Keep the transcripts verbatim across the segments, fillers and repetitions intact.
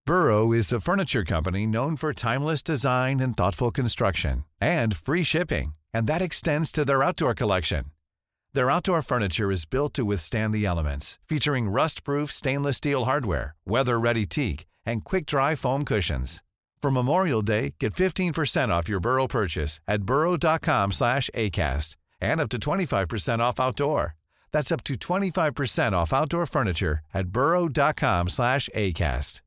Burrow is a furniture company known for timeless design and thoughtful construction, and free shipping, and that extends to their outdoor collection. Their outdoor furniture is built to withstand the elements, featuring rust-proof stainless steel hardware, weather-ready teak, and quick-dry foam cushions. For Memorial Day, get fifteen percent off your Burrow purchase at burrow.com slash ACAST and up to twenty-five percent off outdoor. That's up to twenty-five percent off outdoor furniture at burrow.com slash ACAST.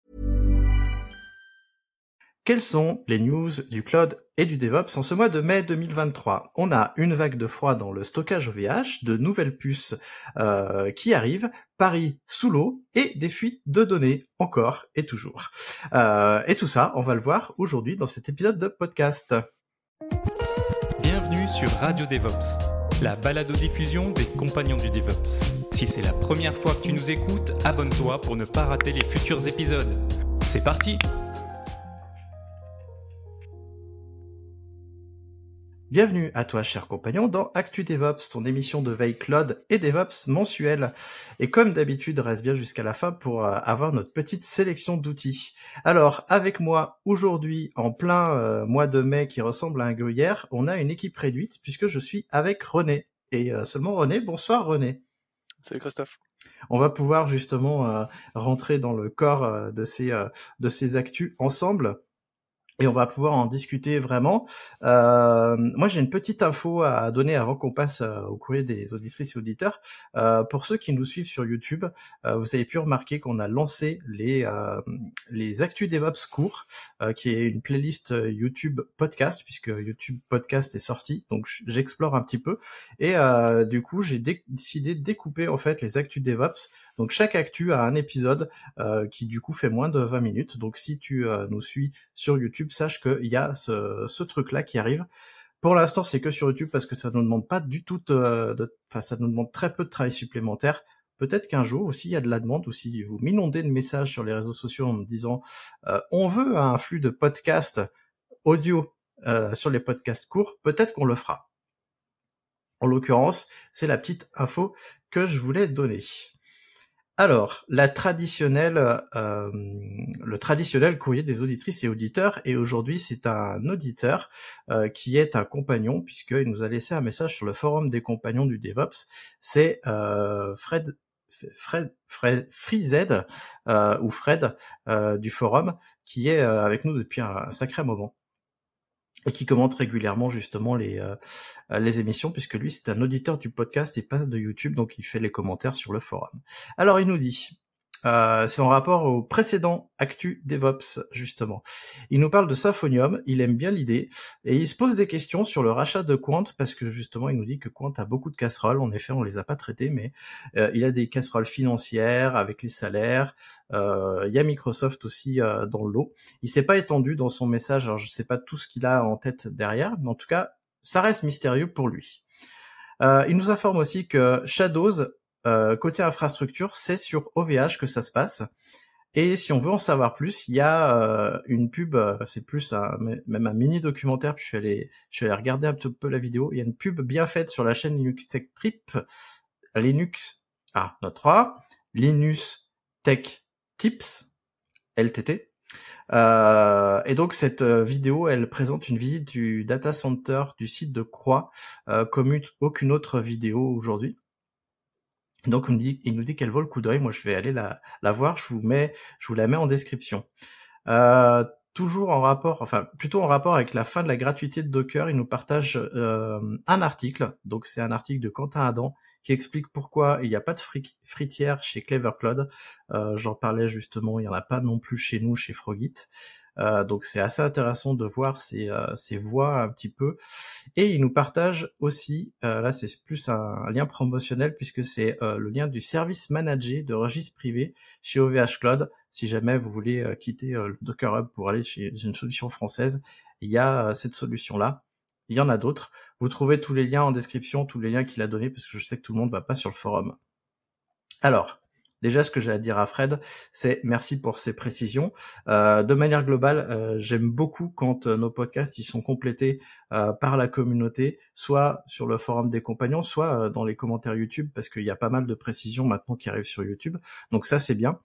Quelles sont les news du cloud et du DevOps en ce mois de mai deux mille vingt-trois? On a une vague de froid dans le stockage O V H, de nouvelles puces euh, qui arrivent, Paris sous l'eau et des fuites de données encore et toujours. Euh, et tout ça, on va le voir aujourd'hui dans cet épisode de podcast. Bienvenue sur Radio DevOps, la balado-diffusion des compagnons du DevOps. Si c'est la première fois que tu nous écoutes, abonne-toi pour ne pas rater les futurs épisodes. C'est parti! Bienvenue à toi, cher compagnon, dans Actu DevOps, ton émission de veille cloud et DevOps mensuelle. Et comme d'habitude, reste bien jusqu'à la fin pour euh, avoir notre petite sélection d'outils. Alors, avec moi, aujourd'hui, en plein euh, mois de mai qui ressemble à un gruyère, on a une équipe réduite puisque je suis avec René. Et euh, seulement René. Bonsoir René. Salut Christophe. On va pouvoir justement euh, rentrer dans le corps euh, de ces, euh, de ces actus ensemble. Et on va pouvoir en discuter vraiment. Euh, moi, j'ai une petite info à donner avant qu'on passe euh, au courrier des auditrices et auditeurs. Euh, pour ceux qui nous suivent sur YouTube, euh, vous avez pu remarquer qu'on a lancé les euh, les Actu DevOps courts, euh, qui est une playlist YouTube podcast, puisque YouTube podcast est sorti. Donc, j'explore un petit peu. Et euh, du coup, j'ai dé- décidé de découper en fait les Actu DevOps. Donc, chaque actu a un épisode euh, qui du coup fait moins de vingt minutes. Donc, si tu euh, nous suis sur YouTube, sache qu'il y a ce, ce truc-là qui arrive. Pour l'instant, c'est que sur YouTube parce que ça ne nous demande pas du tout de, de, enfin, ça nous demande très peu de travail supplémentaire. Peut-être qu'un jour aussi il y a de la demande, ou si vous m'inondez de messages sur les réseaux sociaux en me disant euh, on veut un flux de podcasts audio euh, sur les podcasts courts, peut-être qu'on le fera. En l'occurrence, c'est la petite info que je voulais donner. Alors, la traditionnelle, euh, le traditionnel courrier des auditrices et auditeurs, et aujourd'hui c'est un auditeur euh, qui est un compagnon, puisqu'il nous a laissé un message sur le forum des compagnons du DevOps, c'est euh, Fred, Fred, Fred, FreeZ, euh, ou Fred, euh, du forum, qui est euh, avec nous depuis un, un sacré moment, et qui commente régulièrement justement les euh, les émissions, puisque lui c'est un auditeur du podcast et pas de YouTube, donc il fait les commentaires sur le forum. Alors il nous dit, euh, c'est en rapport au précédent Actu DevOps justement, il nous parle de Symfonium, il aime bien l'idée, et il se pose des questions sur le rachat de Quant, parce que justement il nous dit que Quant a beaucoup de casseroles, en effet on les a pas traitées, mais euh, il a des casseroles financières avec les salaires, euh, il y a Microsoft aussi euh, dans le lot. Il s'est pas étendu dans son message, alors je sais pas tout ce qu'il a en tête derrière, mais en tout cas ça reste mystérieux pour lui. Euh, il nous informe aussi que Shadows, euh, côté infrastructure, c'est sur O V H que ça se passe. Et si on veut en savoir plus, il y a euh, une pub, euh, c'est plus un, même un mini documentaire, puis je suis allé, je suis allé regarder un petit peu la vidéo. Il y a une pub bien faite sur la chaîne Linux Tech Trip, Linux, ah, notre trois, Linux Tech Tips, L T T. Euh, et donc cette euh, vidéo, elle présente une visite du data center du site de Croix, euh, comme une, aucune autre vidéo aujourd'hui. Donc il nous dit, il nous dit qu'elle vaut le coup d'œil. Moi, je vais aller la, la voir. Je vous mets, je vous la mets en description. Euh, toujours en rapport, enfin plutôt en rapport avec la fin de la gratuité de Docker, il nous partage euh, un article. Donc c'est un article de Quentin Adam qui explique pourquoi il n'y a pas de fri- fritière chez Clever Cloud. Euh, j'en parlais justement, il n'y en a pas non plus chez nous, chez Frogit. Euh, donc c'est assez intéressant de voir ces, euh, ces voix un petit peu. Et il nous partage aussi, euh, là c'est plus un, un lien promotionnel puisque c'est euh, le lien du service managé de registre privé chez O V H Cloud. Si jamais vous voulez euh, quitter euh, le Docker Hub pour aller chez une solution française, il y a euh, cette solution-là. Il y en a d'autres. Vous trouvez tous les liens en description, tous les liens qu'il a donnés, parce que je sais que tout le monde va pas sur le forum. Alors, déjà, ce que j'ai à dire à Fred, c'est merci pour ces précisions. Euh, de manière globale, euh, j'aime beaucoup quand euh, nos podcasts ils sont complétés euh, par la communauté, soit sur le forum des compagnons, soit euh, dans les commentaires YouTube, parce qu'il y a pas mal de précisions maintenant qui arrivent sur YouTube. Donc ça, c'est bien.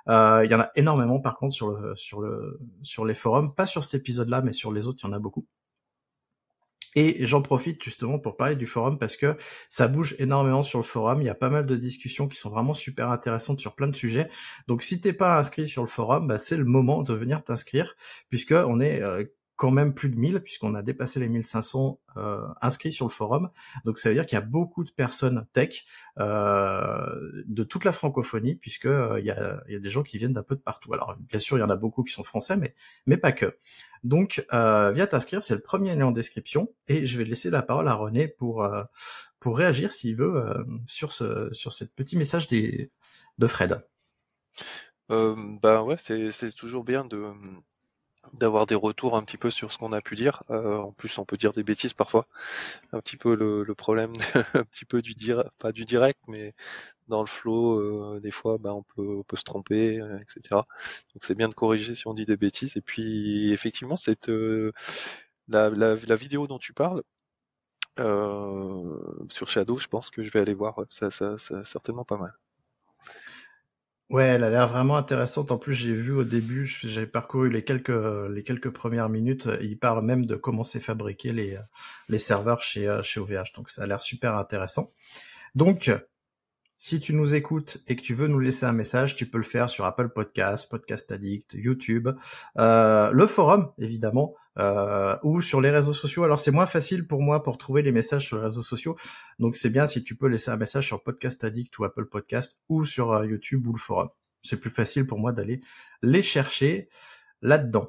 Euh, il y en a énormément par contre sur le sur le sur les forums, pas sur cet épisode-là, mais sur les autres, il y en a beaucoup. Et j'en profite justement pour parler du forum parce que ça bouge énormément sur le forum. Il y a pas mal de discussions qui sont vraiment super intéressantes sur plein de sujets. Donc si t'es pas inscrit sur le forum, bah, c'est le moment de venir t'inscrire puisque on est euh, quand même plus de mille, puisqu'on a dépassé les mille cinq cents euh, inscrits sur le forum. Donc ça veut dire qu'il y a beaucoup de personnes tech euh, de toute la francophonie, puisque euh, il y a, il y a des gens qui viennent d'un peu de partout. Alors bien sûr, il y en a beaucoup qui sont français, mais mais pas que. Donc euh, viens t'inscrire, c'est le premier lien en description, et je vais laisser la parole à René pour euh, pour réagir s'il veut euh, sur ce sur ce petit message des de Fred. Euh, bah ouais, c'est c'est toujours bien de d'avoir des retours un petit peu sur ce qu'on a pu dire. Euh, en plus, on peut dire des bêtises parfois. Un petit peu le, le problème, un petit peu du direct, pas du direct, mais dans le flow, euh, des fois, bah, on peut, on peut se tromper, euh, et cetera. Donc c'est bien de corriger si on dit des bêtises. Et puis, effectivement, cette euh, la, la, la vidéo dont tu parles euh, sur Shadow, je pense que je vais aller voir. Ça, ça, ça certainement pas mal. Ouais, elle a l'air vraiment intéressante. En plus, j'ai vu au début, j'ai parcouru les quelques les quelques premières minutes. Il parle même de comment c'est fabriqué les les serveurs chez chez O V H. Donc ça a l'air super intéressant. Donc si tu nous écoutes et que tu veux nous laisser un message, tu peux le faire sur Apple Podcasts, Podcast Addict, YouTube, euh, le forum évidemment, euh, ou sur les réseaux sociaux. Alors c'est moins facile pour moi pour trouver les messages sur les réseaux sociaux, donc c'est bien si tu peux laisser un message sur Podcast Addict ou Apple Podcast ou sur euh, YouTube ou le forum. C'est plus facile pour moi d'aller les chercher là-dedans.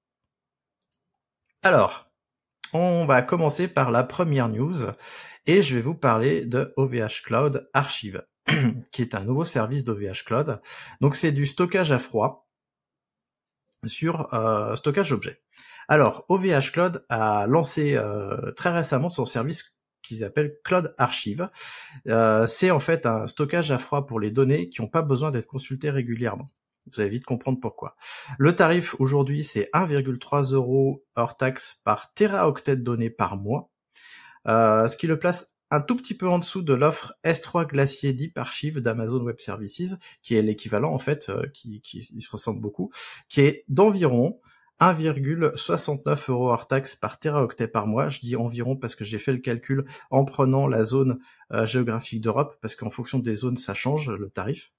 Alors, on va commencer par la première news et je vais vous parler de O V H Cloud Archive, qui est un nouveau service d'O V H Cloud. Donc c'est du stockage à froid sur euh, stockage objet. Alors O V H Cloud a lancé euh, très récemment son service qu'ils appellent Cloud Archive. Euh, c'est en fait un stockage à froid pour les données qui n'ont pas besoin d'être consultées régulièrement. Vous allez vite comprendre pourquoi. Le tarif aujourd'hui, c'est un virgule trois euros hors taxe par téraoctet de données par mois, euh, ce qui le place un tout petit peu en dessous de l'offre S trois Glacier Deep Archive d'Amazon Web Services, qui est l'équivalent en fait, euh, qui, qui il se ressemble beaucoup, qui est d'environ un virgule soixante-neuf euros hors taxe par téraoctet par mois. Je dis environ parce que j'ai fait le calcul en prenant la zone euh, géographique d'Europe, parce qu'en fonction des zones, ça change le tarif.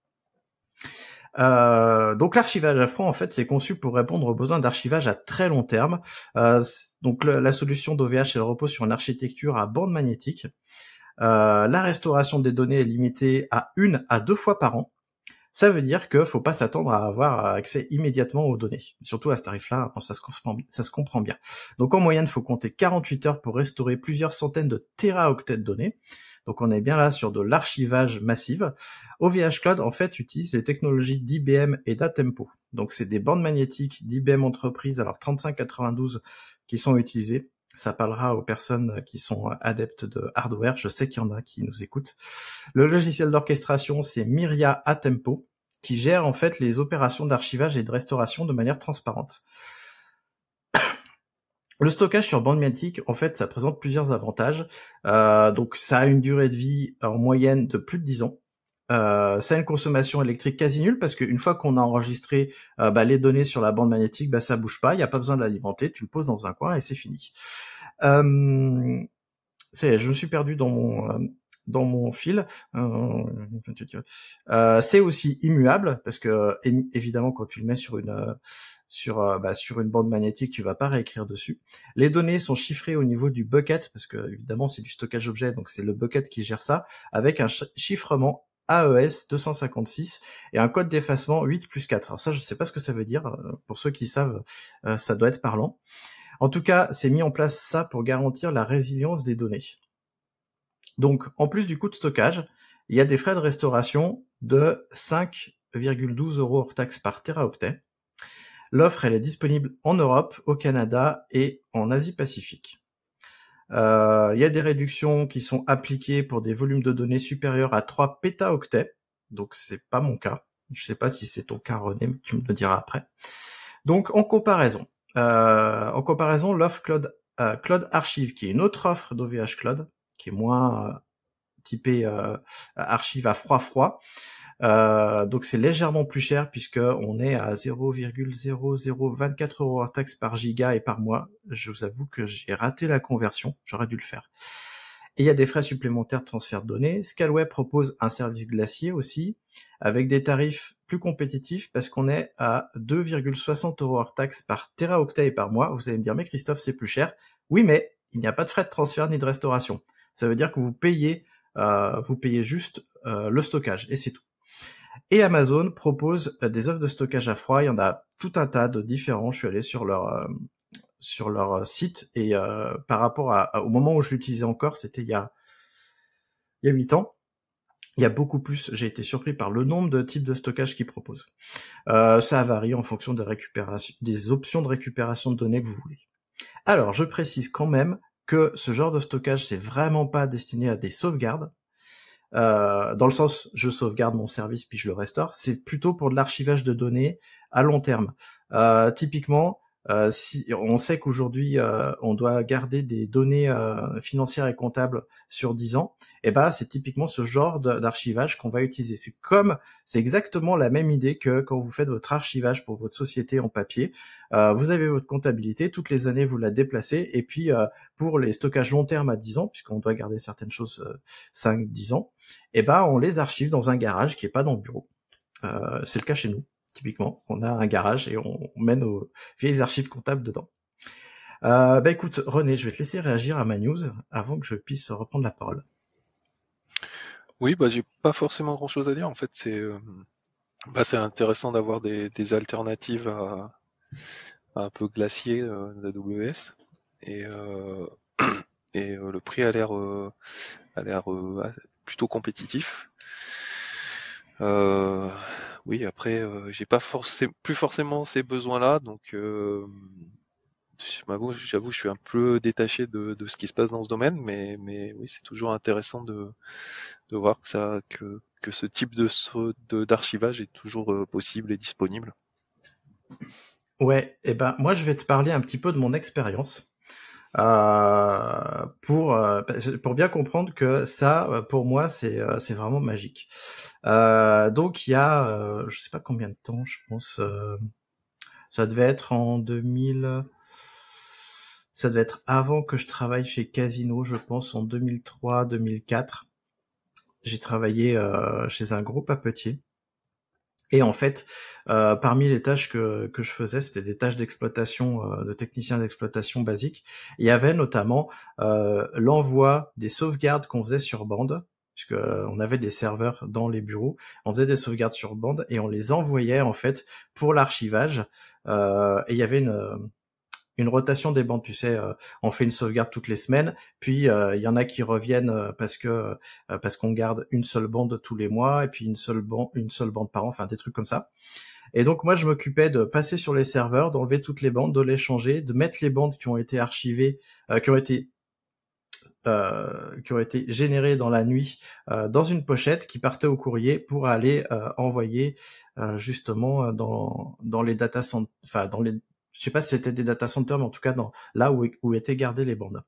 Euh, donc l'archivage à froid en fait c'est conçu pour répondre aux besoins d'archivage à très long terme. Euh, donc le, la solution d'O V H elle repose sur une architecture à bande magnétique. Euh, la restauration des données est limitée à une à deux fois par an. Ça veut dire que faut pas s'attendre à avoir accès immédiatement aux données. Surtout à ce tarif-là, ça se comprend, ça se comprend bien. Donc en moyenne, il faut compter quarante-huit heures pour restaurer plusieurs centaines de téraoctets de données. Donc on est bien là sur de l'archivage massif. O V H Cloud en fait utilise les technologies d'I B M et d'Atempo. Donc c'est des bandes magnétiques d'I B M Entreprise, alors trente-cinq quatre-vingt-douze qui sont utilisées. Ça parlera aux personnes qui sont adeptes de hardware. Je sais qu'il y en a qui nous écoutent. Le logiciel d'orchestration, c'est Myria Atempo, qui gère en fait les opérations d'archivage et de restauration de manière transparente. Le stockage sur bande magnétique, en fait, ça présente plusieurs avantages. Euh, donc, ça a une durée de vie en moyenne de plus de dix ans. Euh, ça a une consommation électrique quasi nulle parce qu'une fois qu'on a enregistré euh, bah, les données sur la bande magnétique, bah, ça bouge pas, il n'y a pas besoin de l'alimenter, tu le poses dans un coin et c'est fini. Euh, c'est, je me suis perdu dans mon euh, dans mon fil. Euh, euh, c'est aussi immuable parce que évidemment quand tu le mets sur une euh, sur euh, bah, sur une bande magnétique, tu vas pas réécrire dessus. Les données sont chiffrées au niveau du bucket parce que évidemment c'est du stockage objet, donc c'est le bucket qui gère ça avec un ch- chiffrement A E S deux cent cinquante-six et un code d'effacement huit plus quatre. Alors ça, je sais pas ce que ça veut dire. Pour ceux qui savent, euh, ça doit être parlant. En tout cas, c'est mis en place ça pour garantir la résilience des données. Donc, en plus du coût de stockage, il y a des frais de restauration de cinq virgule douze euros hors taxe par téraoctet. L'offre, elle est disponible en Europe, au Canada et en Asie-Pacifique. Euh, il y a des réductions qui sont appliquées pour des volumes de données supérieurs à trois pétaoctets. Donc, c'est pas mon cas. Je sais pas si c'est ton cas, René, mais tu me le diras après. Donc, en comparaison, euh, en comparaison, l'offre Cloud, euh, Cloud Archive, qui est une autre offre d'O V H Cloud, qui est moins euh, typée euh, archive à froid froid, Euh, donc c'est légèrement plus cher puisque on est à zéro virgule zéro zéro vingt-quatre euros hors taxe par giga et par mois. Je vous avoue que j'ai raté la conversion, j'aurais dû le faire. Et il y a des frais supplémentaires de transfert de données. Scalway propose un service glacier aussi, avec des tarifs plus compétitifs parce qu'on est à deux virgule soixante euros hors taxe par téraoctet et par mois. Vous allez me dire, mais Christophe, c'est plus cher. Oui, mais il n'y a pas de frais de transfert ni de restauration. Ça veut dire que vous payez, euh, vous payez juste euh, le stockage et c'est tout. Et Amazon propose des offres de stockage à froid. Il y en a tout un tas de différents. Je suis allé sur leur euh, sur leur site et euh, par rapport à, à, au moment où je l'utilisais encore, c'était il y a il y a huit ans. Il y a beaucoup plus. J'ai été surpris par le nombre de types de stockage qu'ils proposent. Euh, ça varie en fonction des récupérations, des options de récupération de données que vous voulez. Alors, je précise quand même que ce genre de stockage, c'est vraiment pas destiné à des sauvegardes. Euh, dans le sens, je sauvegarde mon service puis je le restaure, c'est plutôt pour de l'archivage de données à long terme. Euh, typiquement, euh, si on sait qu'aujourd'hui euh, on doit garder des données euh, financières et comptables sur dix ans, et ben c'est typiquement ce genre de, d'archivage qu'on va utiliser. C'est comme, c'est exactement la même idée que quand vous faites votre archivage pour votre société en papier. Euh, vous avez votre comptabilité, toutes les années vous la déplacez, et puis euh, pour les stockages long terme à dix ans, puisqu'on doit garder certaines choses euh, cinq dix ans, et ben on les archive dans un garage qui est pas dans le bureau. Euh, c'est le cas chez nous. Typiquement, on a un garage et on met nos vieilles archives comptables dedans. Euh, bah écoute, René, je vais te laisser réagir à ma news avant que je puisse reprendre la parole. Oui, bah j'ai pas forcément grand chose à dire. En fait, c'est euh, bah, c'est intéressant d'avoir des, des alternatives à, à un peu glacier euh, d'A W S et euh, et euh, le prix a l'air euh, a l'air euh, plutôt compétitif. Euh, oui, après, euh, j'ai pas forcément, plus forcément ces besoins-là, donc euh, j'avoue, je suis un peu détaché de, de ce qui se passe dans ce domaine, mais, mais oui, c'est toujours intéressant de, de voir que ça, que, que ce type de, de d'archivage est toujours euh, possible et disponible. Ouais, et ben moi je vais te parler un petit peu de mon expérience. Euh, pour euh, pour bien comprendre que ça, pour moi, c'est euh, c'est vraiment magique. Euh, donc il y a, euh, je sais pas combien de temps, je pense, euh, ça devait être en deux mille, ça devait être avant que je travaille chez Casino, je pense en deux mille trois deux mille quatre. J'ai travaillé euh, chez un gros papetier. Et en fait, euh, parmi les tâches que, que je faisais, c'était des tâches d'exploitation, euh, de technicien d'exploitation basique. Il y avait notamment euh, l'envoi des sauvegardes qu'on faisait sur bande, puisque euh, on avait des serveurs dans les bureaux. On faisait des sauvegardes sur bande et on les envoyait en fait pour l'archivage. Euh, et il y avait une une rotation des bandes, tu sais, euh, on fait une sauvegarde toutes les semaines, puis il euh, y en a qui reviennent euh, parce que euh, parce qu'on garde une seule bande tous les mois et puis une seule bande une seule bande par an, enfin des trucs comme ça. Et donc moi je m'occupais de passer sur les serveurs, d'enlever toutes les bandes, de les changer, de mettre les bandes qui ont été archivées, euh, qui ont été Euh, qui ont été générées dans la nuit euh, dans une pochette qui partait au courrier pour aller euh, envoyer euh, justement dans dans les data centers, enfin dans les, je sais pas si c'était des data centers, mais en tout cas dans là où où étaient gardées les bandes.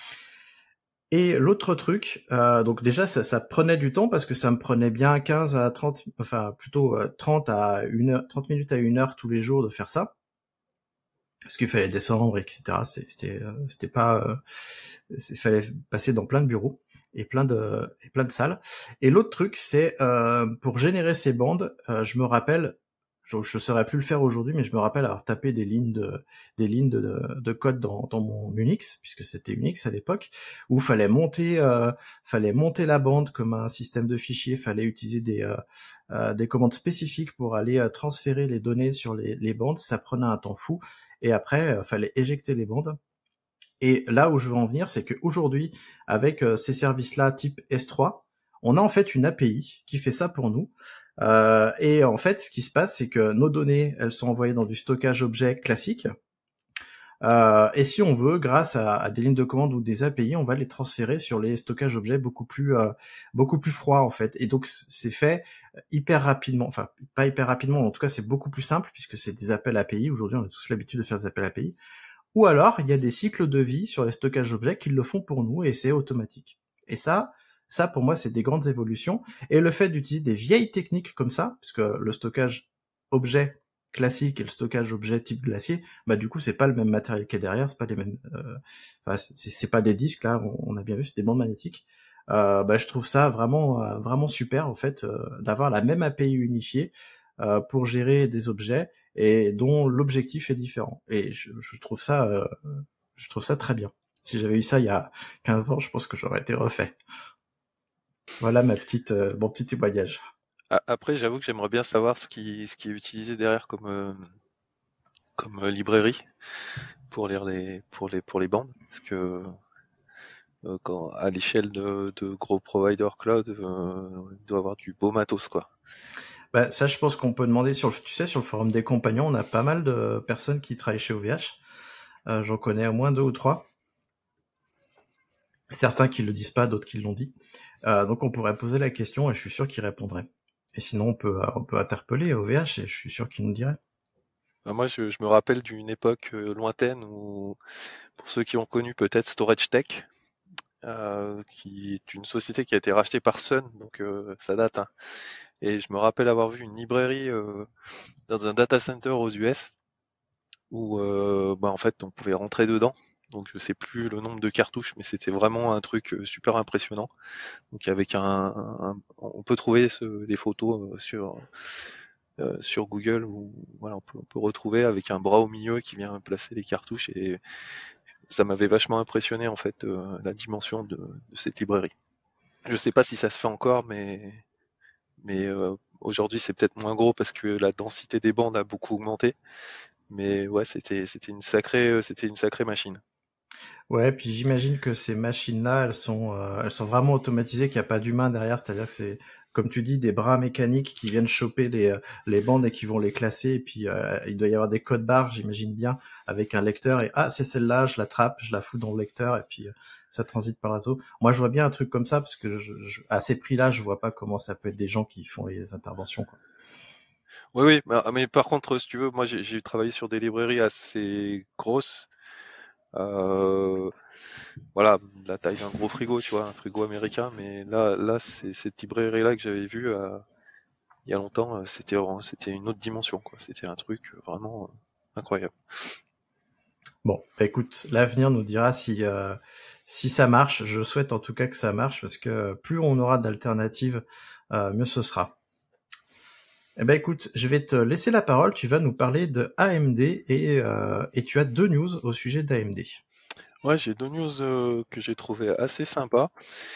Et l'autre truc, euh, donc déjà ça, ça prenait du temps parce que ça me prenait bien quinze à trente, enfin plutôt euh, trente à une heure, trente minutes à une heure tous les jours de faire ça. Parce qu'il fallait descendre, et cetera. C'était, c'était pas, il fallait passer dans plein de bureaux et plein de, et plein de salles. Et l'autre truc, c'est euh, pour générer ces bandes, euh, je me rappelle, je, je saurais plus le faire aujourd'hui, mais je me rappelle avoir tapé des lignes de, des lignes de, de, de code dans, dans mon Unix, puisque c'était Unix à l'époque, où fallait monter, euh, fallait monter la bande comme un système de fichiers, fallait utiliser des, euh, euh, des commandes spécifiques pour aller euh, transférer les données sur les, les bandes. Ça prenait un temps fou. Et après, il fallait éjecter les bandes. Et là où je veux en venir, c'est qu'aujourd'hui, avec euh, ces services-là type S trois, on a en fait une A P I qui fait ça pour nous. Euh, et en fait, ce qui se passe, c'est que nos données, elles sont envoyées dans du stockage objet classique. Euh, et si on veut, grâce à, à des lignes de commande ou des A P I, on va les transférer sur les stockages objets beaucoup plus euh, beaucoup plus froids en fait. Et donc c'est fait hyper rapidement, enfin pas hyper rapidement, en tout cas c'est beaucoup plus simple puisque c'est des appels A P I. Aujourd'hui, on a tous l'habitude de faire des appels A P I. Ou alors il y a des cycles de vie sur les stockages objets qui le font pour nous et c'est automatique. Et ça, Ça, pour moi, c'est des grandes évolutions. Et le fait d'utiliser des vieilles techniques comme ça, parce que le stockage objet classique et le stockage objet type glacier, bah du coup, c'est pas le même matériel qui est derrière, c'est pas les mêmes. Euh, enfin, c'est, c'est pas des disques là, on, on a bien vu, c'est des bandes magnétiques. Euh, bah, je trouve ça vraiment, euh, vraiment super en fait euh, d'avoir la même A P I unifiée euh, pour gérer des objets et dont l'objectif est différent. Et je, je trouve ça, euh, je trouve ça très bien. Si j'avais eu ça il y a quinze ans, je pense que j'aurais été refait. Voilà ma petite, euh, mon petit témoignage. A- Après, j'avoue que j'aimerais bien savoir ce qui, ce qui est utilisé derrière comme, euh, comme euh, librairie pour lire les, pour les, pour les bandes, parce que euh, quand, à l'échelle de, de gros providers cloud, euh, il doit avoir du beau matos, quoi. Bah, ça, je pense qu'on peut demander sur le, tu sais, sur le forum des compagnons, on a pas mal de personnes qui travaillent chez O V H. Euh, j'en connais au moins deux ou trois. Certains qui le disent pas, d'autres qui l'ont dit. Euh, donc on pourrait poser la question et je suis sûr qu'ils répondraient. Et sinon, on peut, on peut interpeller O V H et je suis sûr qu'ils nous diraient. Bah, moi, je, je me rappelle d'une époque euh, lointaine où, pour ceux qui ont connu peut-être Storage Tech, euh, qui est une société qui a été rachetée par Sun, donc euh, ça date, hein. Et je me rappelle avoir vu une librairie euh, dans un data center aux U S où euh, bah, en fait on pouvait rentrer dedans. Donc je sais plus le nombre de cartouches, mais c'était vraiment un truc euh, super impressionnant. Donc avec un, un- on peut trouver ce, les photos euh, sur euh, sur Google où voilà on peut, on peut retrouver avec un bras au milieu qui vient placer les cartouches et ça m'avait vachement impressionné en fait euh, la dimension de, de cette librairie. Je sais pas si ça se fait encore, mais mais euh, aujourd'hui c'est peut-être moins gros parce que la densité des bandes a beaucoup augmenté. Mais ouais, c'était c'était une sacrée c'était une sacrée machine. Ouais, puis j'imagine que ces machines-là, elles sont, euh, elles sont vraiment automatisées, qu'il n'y a pas d'humain derrière. C'est-à-dire que c'est, comme tu dis, des bras mécaniques qui viennent choper les, euh, les bandes et qui vont les classer. Et puis euh, il doit y avoir des codes barres, j'imagine bien, avec un lecteur. Et ah, c'est celle-là, je l'attrape, je la fous dans le lecteur et puis euh, ça transite par le réseau. Moi, je vois bien un truc comme ça parce que je, je- à ces prix-là, je vois pas comment ça peut être des gens qui font les interventions, quoi. Oui, oui, mais, mais par contre, si tu veux, moi j'ai j'ai travaillé sur des librairies assez grosses, euh, voilà, la taille d'un gros frigo, tu vois, un frigo américain. Mais là, là, c'est cette librairie-là que j'avais vue euh, il y a longtemps, euh, c'était vraiment- c'était une autre dimension, quoi. C'était un truc euh, vraiment euh, incroyable. Bon, bah écoute, l'avenir nous dira si euh, si ça marche. Je souhaite en tout cas que ça marche parce que plus on aura d'alternatives, euh, mieux ce sera. Eh ben écoute, je vais te laisser la parole. Tu vas nous parler de A M D et euh, et tu as deux news au sujet d'A M D. Ouais, j'ai deux news euh, que j'ai trouvé assez sympas.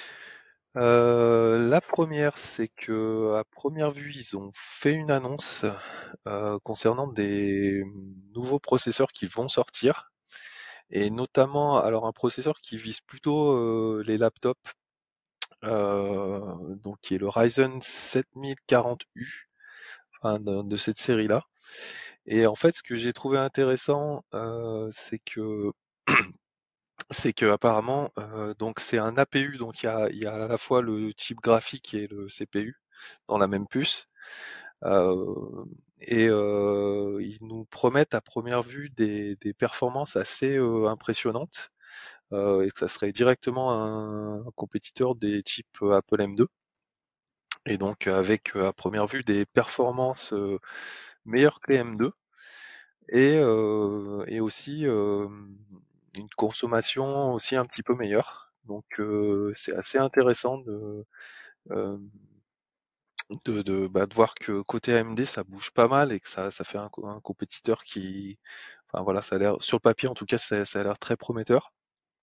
Euh, la première, c'est que à première vue, ils ont fait une annonce euh, concernant des nouveaux processeurs qui vont sortir, et notamment alors un processeur qui vise plutôt euh, les laptops, euh, donc qui est le Ryzen sept mille quarante U, enfin, de, de cette série-là. Et en fait, ce que j'ai trouvé intéressant, euh, c'est que c'est que apparemment, euh, donc c'est un A P U, donc il y a, il y a à la fois le chip graphique et le C P U dans la même puce. Euh, et euh, ils nous promettent à première vue des, des performances assez euh, impressionnantes, euh, et que ça serait directement un, un compétiteur des chips Apple M deux. Et donc avec euh, à première vue des performances euh, meilleures que les M deux, et, euh, et aussi euh, une consommation aussi un petit peu meilleure. Donc euh, c'est assez intéressant de, euh, de, de, bah, de voir que côté A M D ça bouge pas mal et que ça, ça fait un, un compétiteur qui, enfin voilà, ça a l'air sur le papier en tout cas ça, ça a l'air très prometteur.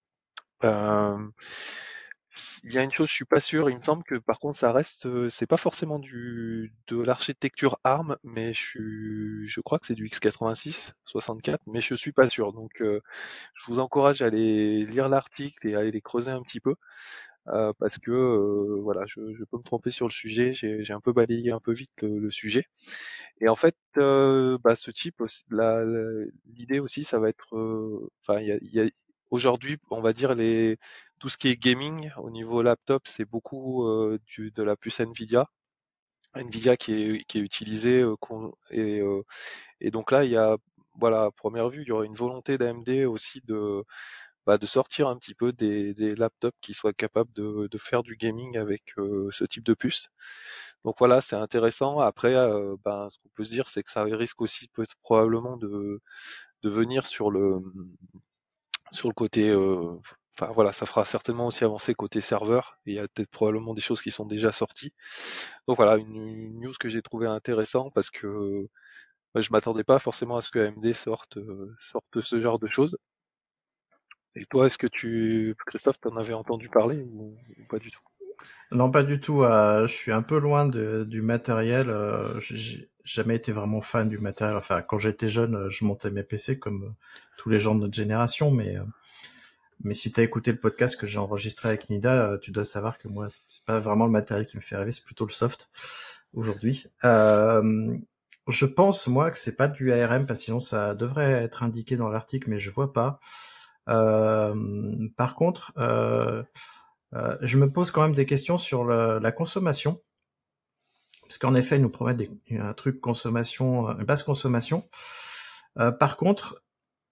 Euh, il y a une chose, je suis pas sûr. Il me semble que par contre, ça reste, euh, c'est pas forcément du de l'architecture ARM, mais je suis, je crois que c'est du x quatre-vingt-six soixante-quatre, mais je suis pas sûr. Donc, euh, je vous encourage à aller lire l'article et à aller creuser un petit peu, euh, parce que euh, voilà, je, je peux me tromper sur le sujet. J'ai j'ai un peu balayé un peu vite le, le sujet. Et en fait, euh, bah, ce type, aussi- la- la- l'idée aussi, ça va être, euh, enfin, il y a, il y a- aujourd'hui, on va dire les, tout ce qui est gaming au niveau laptop, c'est beaucoup euh, du, de la puce Nvidia, Nvidia qui est qui est utilisée, euh, qu'on- et, euh, et donc là, il y a, voilà, à première vue, il y aurait une volonté d'A M D aussi de bah, de sortir un petit peu des, des laptops qui soient capables de, de faire du gaming avec euh, ce type de puce. Donc voilà, c'est intéressant. Après, euh, ben, ce qu'on peut se dire, c'est que ça risque aussi peut probablement de, de venir sur le sur le côté. euh, Enfin voilà, ça fera certainement aussi avancer côté serveur. Et il y a peut-être probablement des choses qui sont déjà sorties. Donc voilà, une, une news que j'ai trouvé intéressant parce que bah, je m'attendais pas forcément à ce que A M D sorte euh, sorte ce genre de choses. Et toi, est-ce que tu, Christophe, t'en avais entendu parler ou, ou pas du tout? Non, pas du tout. euh, je suis un peu loin de, du matériel. euh, j'ai j'ai jamais été vraiment fan du matériel. Enfin, quand j'étais jeune, euh, je montais mes P C comme euh, tous les gens de notre génération. Mais, euh, mais si t'as écouté le podcast que j'ai enregistré avec Nida, euh, tu dois savoir que moi, c'est c'est pas vraiment le matériel qui me fait rêver, c'est plutôt le soft aujourd'hui. Euh, je pense, moi, que c'est pas du A R M, parce que sinon ça devrait être indiqué dans l'article, mais je vois pas. Euh, par contre, euh, euh, je me pose quand même des questions sur le, la consommation, parce qu'en effet, ils nous promettent des, un truc consommation, une basse consommation. Euh, par contre,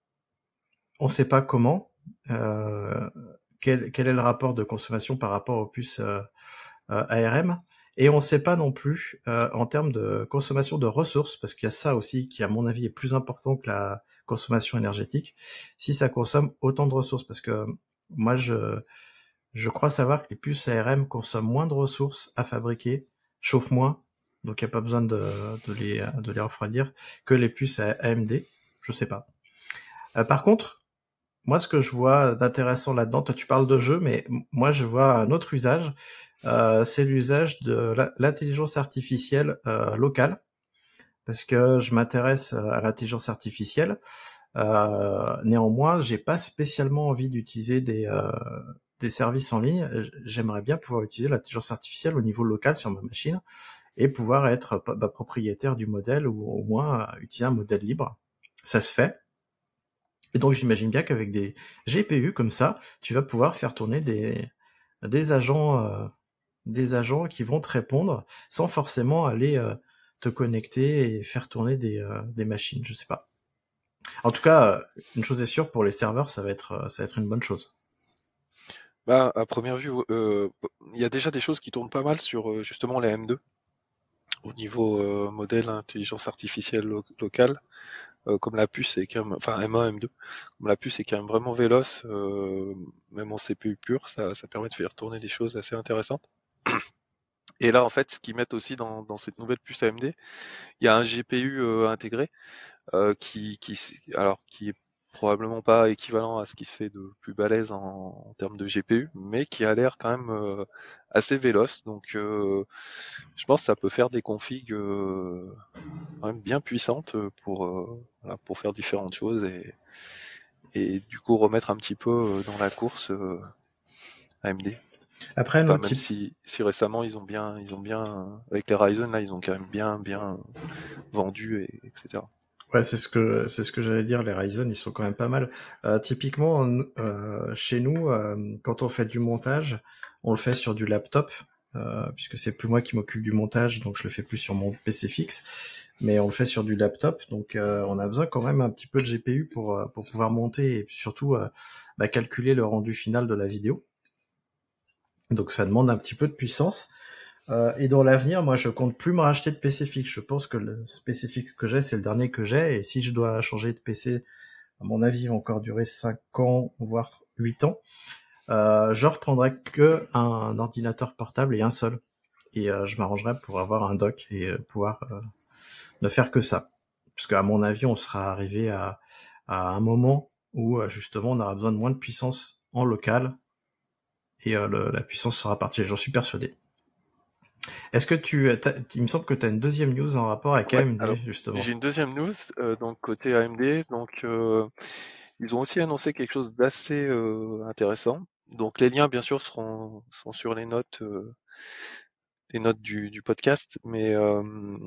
on ne sait pas comment. Euh, quel, quel est le rapport de consommation par rapport aux puces euh, euh, A R M, et on ne sait pas non plus euh, en termes de consommation de ressources, parce qu'il y a ça aussi qui, à mon avis, est plus important que la consommation énergétique, si ça consomme autant de ressources, parce que moi, je, je crois savoir que les puces A R M consomment moins de ressources à fabriquer, chauffent moins, donc il n'y a pas besoin de, de, les, de les refroidir, que les puces A M D, je sais pas. Euh, par contre, moi, ce que je vois d'intéressant là-dedans, toi tu parles de jeu, mais moi je vois un autre usage, euh, c'est l'usage de l'intelligence artificielle euh, locale, parce que je m'intéresse à l'intelligence artificielle. Euh, néanmoins, j'ai pas spécialement envie d'utiliser des euh, des services en ligne. J'aimerais bien pouvoir utiliser l'intelligence artificielle au niveau local sur ma machine et pouvoir être bah, propriétaire du modèle, ou au moins utiliser un modèle libre. Ça se fait. Et donc j'imagine bien qu'avec des G P U comme ça, tu vas pouvoir faire tourner des des agents euh, des agents qui vont te répondre sans forcément aller euh, te connecter et faire tourner des euh, des machines, je sais pas. En tout cas, euh, une chose est sûre, pour les serveurs, ça va être euh, ça va être une bonne chose. Bah, à première vue, euh, il y a déjà des choses qui tournent pas mal sur euh, justement les M deux au niveau euh, modèle intelligence artificielle lo- locale, euh, comme la puce est quand même, enfin M un, M deux, comme la puce est quand même vraiment véloce, euh, même en C P U pur, ça, ça permet de faire tourner des choses assez intéressantes. Et là, en fait, ce qu'ils mettent aussi dans, dans cette nouvelle puce A M D, il y a un G P U euh, intégré euh, qui, qui, alors, qui est probablement pas équivalent à ce qui se fait de plus balèze en, en termes de G P U, mais qui a l'air quand même euh, assez véloce. Donc, euh, je pense que ça peut faire des configs euh, quand même bien puissantes pour, euh, voilà, pour faire différentes choses et, et du coup remettre un petit peu euh, dans la course euh, A M D. Après, un Enfin, autre même type. si, si récemment ils ont bien, ils ont bien, avec les Ryzen là, ils ont quand même bien, bien vendu et etc. Ouais, c'est ce que c'est ce que j'allais dire. Les Ryzen, ils sont quand même pas mal. Euh, typiquement, euh, chez nous, euh, quand on fait du montage, on le fait sur du laptop, euh, puisque c'est plus moi qui m'occupe du montage, donc je le fais plus sur mon P C fixe, mais on le fait sur du laptop. Donc, euh, on a besoin quand même un petit peu de G P U pour euh, pour pouvoir monter et surtout euh, bah, calculer le rendu final de la vidéo. Donc, ça demande un petit peu de puissance. Euh, et dans l'avenir, moi, je compte plus me racheter de P C fixe. Je pense que le P C fixe que j'ai, c'est le dernier que j'ai. Et si je dois changer de P C, à mon avis, il va encore durer cinq ans, voire huit ans. Euh, je reprendrai que un ordinateur portable et un seul. Et euh, je m'arrangerai pour avoir un dock et euh, pouvoir euh, ne faire que ça. Parce qu'à mon avis, on sera arrivé à, à un moment où, euh, justement, on aura besoin de moins de puissance en local. Et euh, le, la puissance sera partie. J'en suis persuadé. Est-ce que tu, il me semble que tu as une deuxième news en rapport avec Ouais, A M D, alors justement. j'ai une deuxième news, euh, donc côté A M D, donc euh, ils ont aussi annoncé quelque chose d'assez euh, intéressant. Donc les liens bien sûr seront sont sur les notes euh, les notes du, du podcast, mais euh,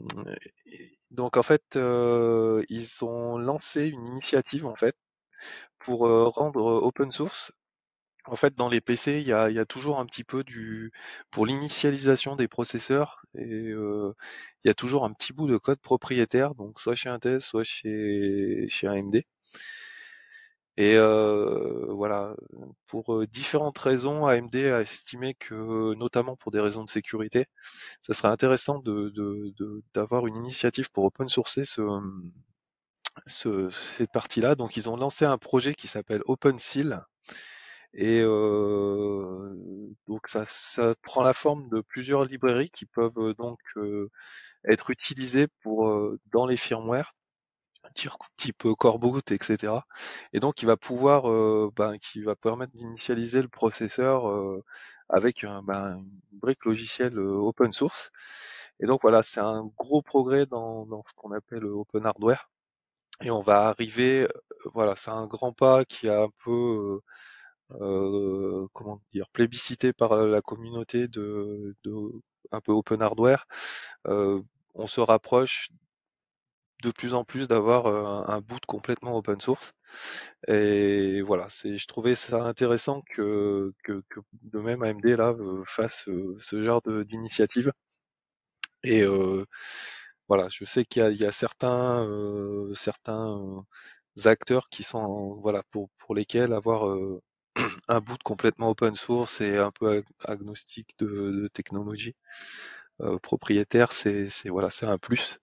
donc en fait euh, ils ont lancé une initiative en fait pour euh, rendre open source. En fait, dans les P C, il y a, il y a toujours un petit peu du pour l'initialisation des processeurs et euh, il y a toujours un petit bout de code propriétaire, donc soit chez Intel, soit chez chez A M D. Et euh, voilà, pour euh, différentes raisons, A M D a estimé que, notamment pour des raisons de sécurité, ça serait intéressant de, de, de- d'avoir une initiative pour open sourcer ce, ce, cette partie-là. Donc ils ont lancé un projet qui s'appelle OpenSeal. Et euh, donc ça, ça prend la forme de plusieurs librairies qui peuvent euh, donc euh, être utilisées pour euh, dans les firmware type type core boot, et cetera. Et donc il va pouvoir, euh, ben, qui va permettre d'initialiser le processeur euh, avec un, ben, une brique logicielle euh, open source. Et donc voilà, c'est un gros progrès dans, dans ce qu'on appelle open hardware. Et on va arriver, euh, voilà, c'est un grand pas qui a un peu, euh, euh, comment dire, plébiscité par la communauté de, de un peu open hardware. Euh, on se rapproche de plus en plus d'avoir euh, un, un boot complètement open source. Et voilà, c'est, je trouvais ça intéressant que, que, que de même A M D là euh, fasse euh, ce genre de, d'initiative. Et euh, voilà, je sais qu'il y a, il y a certains, euh, certains euh, acteurs qui sont, en- voilà, pour, pour lesquels avoir euh, un boot complètement open source et un peu ag- agnostique de, de technologie euh, propriétaire, c'est, c'est voilà, c'est un plus.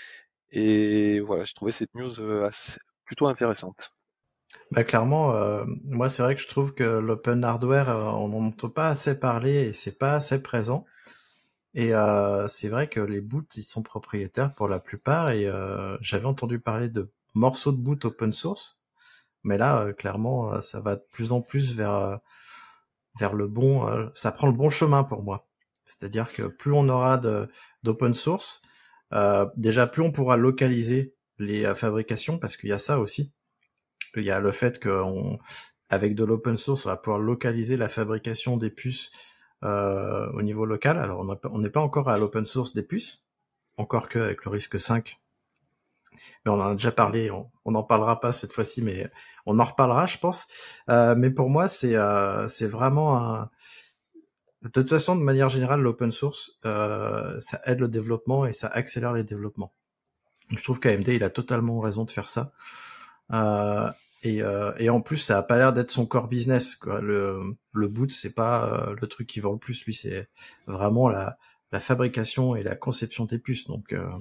Et voilà, je trouvais cette news euh, assez, plutôt intéressante. Bah clairement, euh, moi c'est vrai que je trouve que l'open hardware, euh, on n'en entend pas assez parler et c'est pas assez présent. Et euh, c'est vrai que les boots, ils sont propriétaires pour la plupart. Et euh, j'avais entendu parler de morceaux de boot open source, mais là, euh, clairement, euh, ça va de plus en plus vers euh, vers le bon. Euh, ça prend le bon chemin pour moi. C'est-à-dire que plus on aura de d'open source, euh, déjà plus on pourra localiser les euh, fabrications, parce qu'il y a ça aussi. Il y a le fait qu'on, avec de l'open source, on va pouvoir localiser la fabrication des puces euh, au niveau local. Alors on n'est pas encore à l'open source des puces, encore que avec le risque cinq. Mais on en a déjà parlé, on n'en parlera pas cette fois-ci, mais on en reparlera, je pense. Euh, mais pour moi, c'est euh, c'est vraiment un... De toute façon, de manière générale, l'open source, euh, ça aide le développement et ça accélère les développements. Je trouve qu'A M D, il a totalement raison de faire ça. Euh, et, euh, et en plus, ça a pas l'air d'être son core business, quoi. Le, le boot, c'est pas euh, le truc qui vend le plus. Lui, c'est vraiment la, la fabrication et la conception des puces. Donc, euh...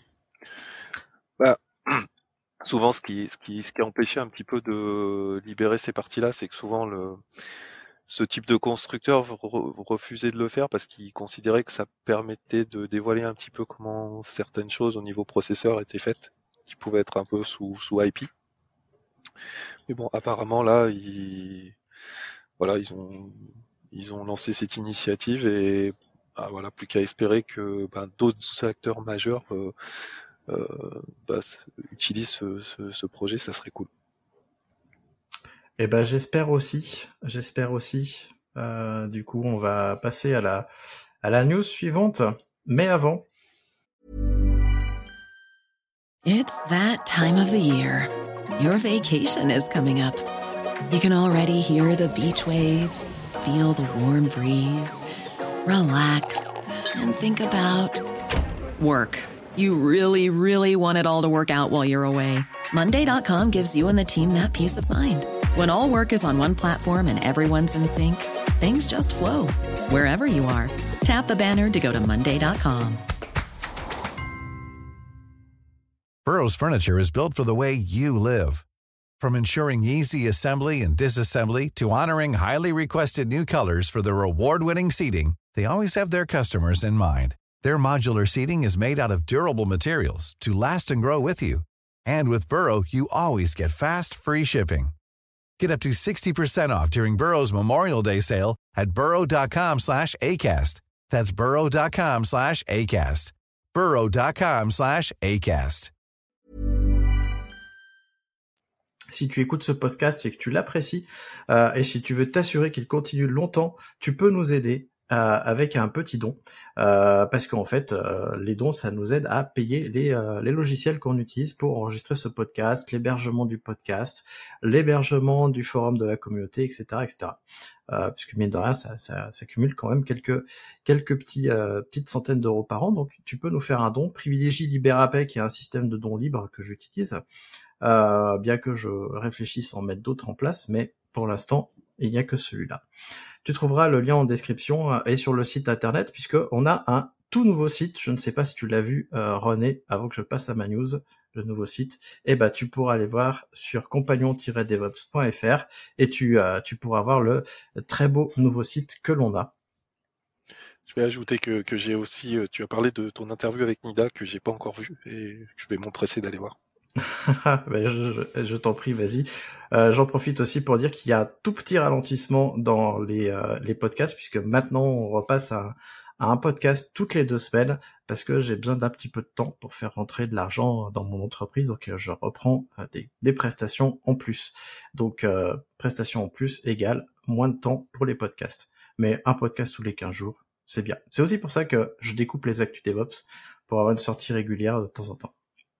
Bah, souvent, ce qui, ce qui, ce qui a empêché un petit peu de libérer ces parties-là, c'est que souvent le, ce type de constructeur re- refusait de le faire parce qu'il considérait que ça permettait de dévoiler un petit peu comment certaines choses au niveau processeur étaient faites, qui pouvaient être un peu sous, sous I P. Mais bon, apparemment là, ils, voilà, ils ont, ils ont lancé cette initiative et ah, voilà, plus qu'à espérer que ben, d'autres acteurs majeurs euh, euh, bah, utilisent ce, ce, ce projet, ça serait cool. eh ben, j'espère aussi, j'espère aussi. Euh, du coup, on va passer à la, à la news suivante. Mais avant, It's that time of the year. Your vacation is coming up. You can already hear the beach waves, feel the warm breeze, relax, and think about work. You really, really want it all to work out while you're away. Monday dot com gives you and the team that peace of mind. When all work is on one platform and everyone's in sync, things just flow. Wherever you are, tap the banner to go to Monday dot com. Burrow's furniture is built for the way you live. From ensuring easy assembly and disassembly to honoring highly requested new colors for their award-winning seating, they always have their customers in mind. Their modular seating is made out of durable materials to last and grow with you. And with Burrow, you always get fast, free shipping. Get up to sixty percent off during Burrow's Memorial Day sale at burrow.com slash ACAST. That's burrow.com slash ACAST. burrow.com slash ACAST. si tu écoutes ce podcast et que tu l'apprécies, euh, et si tu veux t'assurer qu'il continue longtemps, tu peux nous aider euh, avec un petit don, euh, parce qu'en fait, euh, les dons, ça nous aide à payer les, euh, les logiciels qu'on utilise pour enregistrer ce podcast, l'hébergement du podcast, l'hébergement du forum de la communauté, et cetera, et cetera. Euh, puisque mine de rien, ça, ça, ça cumule quand même quelques quelques petits euh, petites centaines d'euros par an. Donc, tu peux nous faire un don. Privilégie LibéraPay, qui est un système de dons libre que j'utilise. euh, bien que je réfléchisse à en mettre d'autres en place, mais pour l'instant, il n'y a que celui-là. Tu trouveras le lien en description et sur le site internet, puisque on a un tout nouveau site. Je ne sais pas si tu l'as vu, euh, René, avant que je passe à ma news, le nouveau site. Eh ben, tu pourras aller voir sur compagnon tiret devops point f r et tu, euh, tu pourras voir le très beau nouveau site que l'on a. Je vais ajouter que, que j'ai aussi, tu as parlé de ton interview avec Nida que j'ai pas encore vue et je vais m'empresser d'aller voir. ben je, je, je t'en prie, vas-y. Euh, j'en profite aussi pour dire qu'il y a un tout petit ralentissement dans les, euh, les podcasts, puisque maintenant on repasse à, à un podcast toutes les deux semaines, parce que j'ai besoin d'un petit peu de temps pour faire rentrer de l'argent dans mon entreprise, donc euh, je reprends euh, des, des prestations en plus. Donc euh, prestations en plus égale moins de temps pour les podcasts. Mais un podcast tous les quinze jours, c'est bien. C'est aussi pour ça que je découpe les actus DevOps, pour avoir une sortie régulière de temps en temps.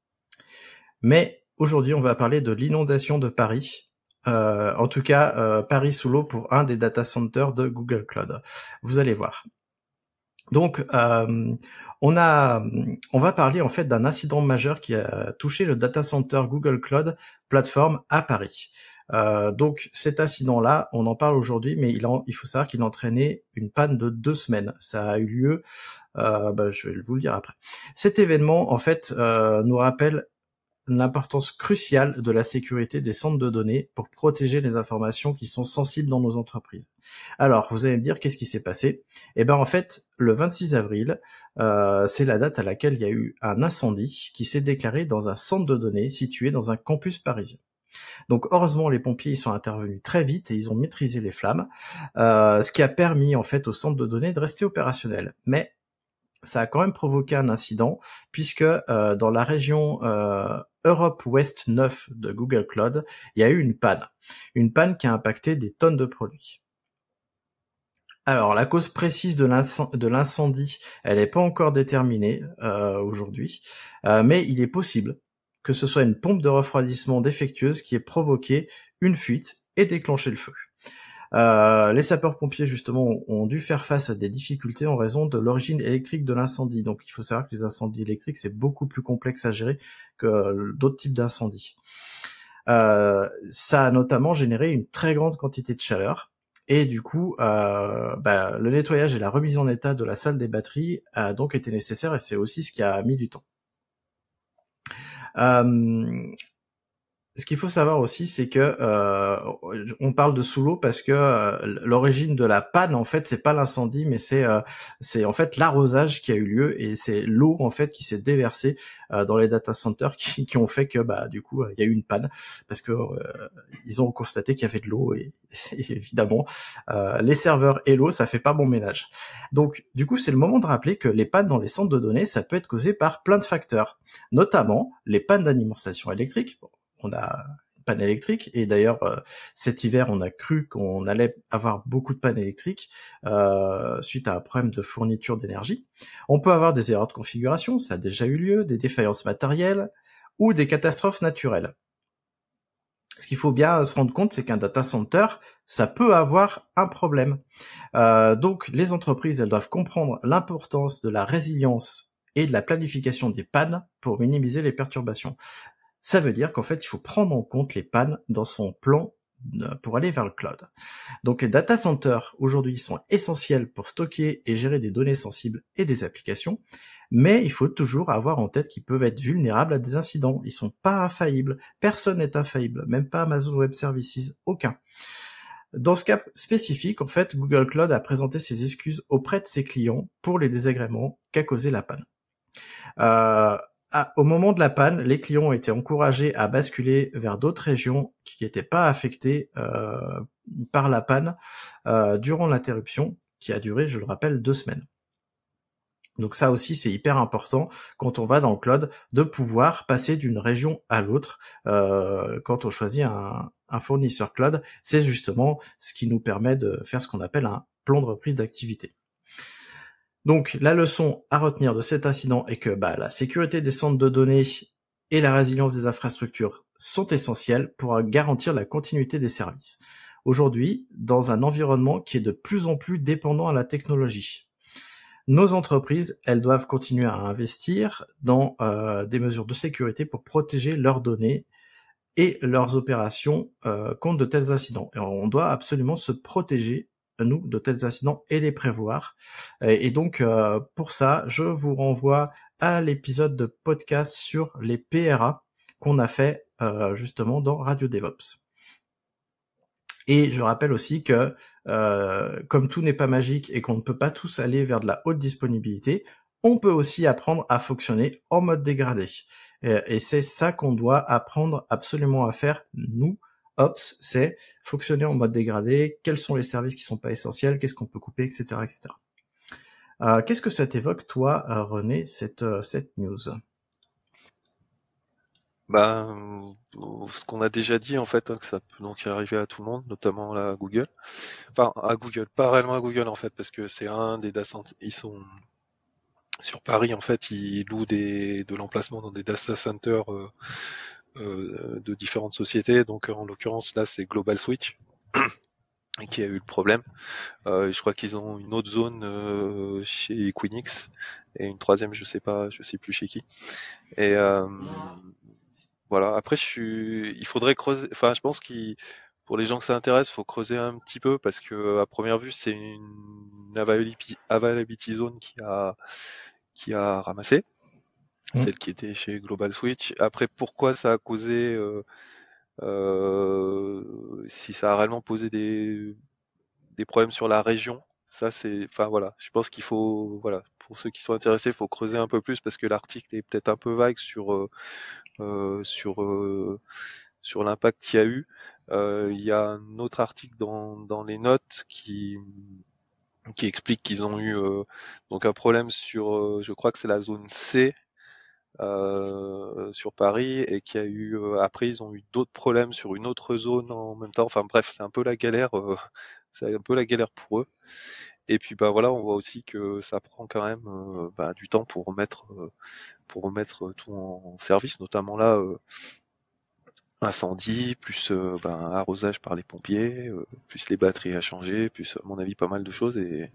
Mais aujourd'hui, on va parler de l'inondation de Paris. Euh, en tout cas, euh, Paris sous l'eau pour un des data centers de Google Cloud. Vous allez voir. Donc, euh, on a, on va parler en fait d'un incident majeur qui a touché le data center Google Cloud Platform à Paris. Euh, donc, cet incident-là, on en parle aujourd'hui, mais il, en, il faut savoir qu'il a entraîné une panne de deux semaines. Ça a eu lieu, euh, bah, je vais vous le dire après. Cet événement, en fait, euh, nous rappelle l'importance cruciale de la sécurité des centres de données pour protéger les informations qui sont sensibles dans nos entreprises. Alors, vous allez me dire, qu'est-ce qui s'est passé ? Eh ben, en fait, le vingt-six avril, euh, c'est la date à laquelle il y a eu un incendie qui s'est déclaré dans un centre de données situé dans un campus parisien. Donc, heureusement, les pompiers ils sont intervenus très vite et ils ont maîtrisé les flammes, euh, ce qui a permis, en fait, au centre de données de rester opérationnel. Mais ça a quand même provoqué un incident, puisque euh, dans la région euh, Europe West neuf de Google Cloud, il y a eu une panne. Une panne qui a impacté des tonnes de produits. Alors, la cause précise de, l'inc- de l'incendie, elle n'est pas encore déterminée euh, aujourd'hui, euh, mais il est possible que ce soit une pompe de refroidissement défectueuse qui ait provoqué une fuite et déclenché le feu. Euh, les sapeurs-pompiers, justement, ont dû faire face à des difficultés en raison de l'origine électrique de l'incendie. Donc, il faut savoir que les incendies électriques, c'est beaucoup plus complexe à gérer que d'autres types d'incendies. Euh, ça a notamment généré une très grande quantité de chaleur. Et du coup, euh, bah, le nettoyage et la remise en état de la salle des batteries a donc été nécessaire, et c'est aussi ce qui a mis du temps. Euh, Ce qu'il faut savoir aussi, c'est que euh, on parle de sous l'eau parce que euh, l'origine de la panne, en fait, c'est pas l'incendie, mais c'est euh, c'est en fait l'arrosage qui a eu lieu, et c'est l'eau en fait qui s'est déversée euh, dans les data centers qui, qui ont fait que bah du coup il y a eu une panne parce que euh, ils ont constaté qu'il y avait de l'eau et, et évidemment euh, les serveurs et l'eau, ça fait pas bon ménage. Donc du coup c'est le moment de rappeler que les pannes dans les centres de données, ça peut être causé par plein de facteurs, notamment les pannes d'alimentation électrique. Bon, on a une panne électrique, et d'ailleurs euh, cet hiver on a cru qu'on allait avoir beaucoup de pannes électriques euh, suite à un problème de fourniture d'énergie. On peut avoir des erreurs de configuration, ça a déjà eu lieu, des défaillances matérielles ou des catastrophes naturelles. Ce qu'il faut bien se rendre compte, c'est qu'un data center, ça peut avoir un problème. Euh, donc les entreprises, elles doivent comprendre l'importance de la résilience et de la planification des pannes pour minimiser les perturbations. Ça veut dire qu'en fait, il faut prendre en compte les pannes dans son plan pour aller vers le cloud. Donc les data centers, aujourd'hui, sont essentiels pour stocker et gérer des données sensibles et des applications, mais il faut toujours avoir en tête qu'ils peuvent être vulnérables à des incidents. Ils sont pas infaillibles. Personne n'est infaillible, même pas Amazon Web Services, aucun. Dans ce cas spécifique, en fait, Google Cloud a présenté ses excuses auprès de ses clients pour les désagréments qu'a causé la panne. Euh, Ah, au moment de la panne, les clients ont été encouragés à basculer vers d'autres régions qui n'étaient pas affectées euh, par la panne euh, durant l'interruption, qui a duré, je le rappelle, deux semaines. Donc ça aussi, c'est hyper important quand on va dans le cloud, de pouvoir passer d'une région à l'autre. Euh, quand on choisit un, un fournisseur cloud, c'est justement ce qui nous permet de faire ce qu'on appelle un plan de reprise d'activité. Donc la leçon à retenir de cet incident est que bah, la sécurité des centres de données et la résilience des infrastructures sont essentielles pour garantir la continuité des services. Aujourd'hui, dans un environnement qui est de plus en plus dépendant à la technologie, nos entreprises, elles doivent continuer à investir dans euh, des mesures de sécurité pour protéger leurs données et leurs opérations euh, contre de tels incidents. Et on doit absolument se protéger, nous, de tels incidents et les prévoir. Et, et donc, euh, pour ça, je vous renvoie à l'épisode de podcast sur les P R A qu'on a fait euh, justement dans Radio DevOps. Et je rappelle aussi que, euh, comme tout n'est pas magique et qu'on ne peut pas tous aller vers de la haute disponibilité, on peut aussi apprendre à fonctionner en mode dégradé. Et, et c'est ça qu'on doit apprendre absolument à faire, nous, Ops, c'est fonctionner en mode dégradé, quels sont les services qui sont pas essentiels, qu'est-ce qu'on peut couper, et cetera, et cetera. Euh, qu'est-ce que ça t'évoque, toi, René, cette, euh, cette news ? Bah, euh, ce qu'on a déjà dit en fait, hein, que ça peut donc arriver à tout le monde, notamment là, à Google. Enfin, à Google, pas réellement à Google en fait, parce que c'est un des data centers. Ils sont sur Paris en fait, ils louent des, de l'emplacement dans des data centers euh, euh, de différentes sociétés. Donc en l'occurrence là, c'est Global Switch qui a eu le problème. Euh, je crois qu'ils ont une autre zone euh, chez Equinix et une troisième, je sais pas, je sais plus chez qui. Et euh, voilà. Après, je suis, il faudrait creuser. Enfin, je pense qu'il, pour les gens que ça intéresse, faut creuser un petit peu parce que à première vue, c'est une availability, availability zone qui a, qui a ramassé, mmh. celle qui était chez Global Switch. Après, pourquoi ça a causé, euh, euh, si ça a réellement posé des, des problèmes sur la région, ça c'est, enfin voilà, je pense qu'il faut, voilà, pour ceux qui sont intéressés, il faut creuser un peu plus parce que l'article est peut-être un peu vague sur euh, euh, sur euh, sur l'impact qu'il y a eu. Euh, il y a un autre article dans dans les notes qui qui explique qu'ils ont eu euh, donc un problème sur, euh, je crois que c'est la zone C euh, sur Paris et qu'il y a eu euh, après ils ont eu d'autres problèmes sur une autre zone en même temps. Enfin bref, c'est un peu la galère. Euh, c'est un peu la galère pour eux. Et puis bah voilà, on voit aussi que ça prend quand même euh, bah, du temps pour remettre euh, pour remettre tout en service, notamment là euh, incendie, plus euh, bah, arrosage par les pompiers, euh, plus les batteries à changer, plus à mon avis pas mal de choses et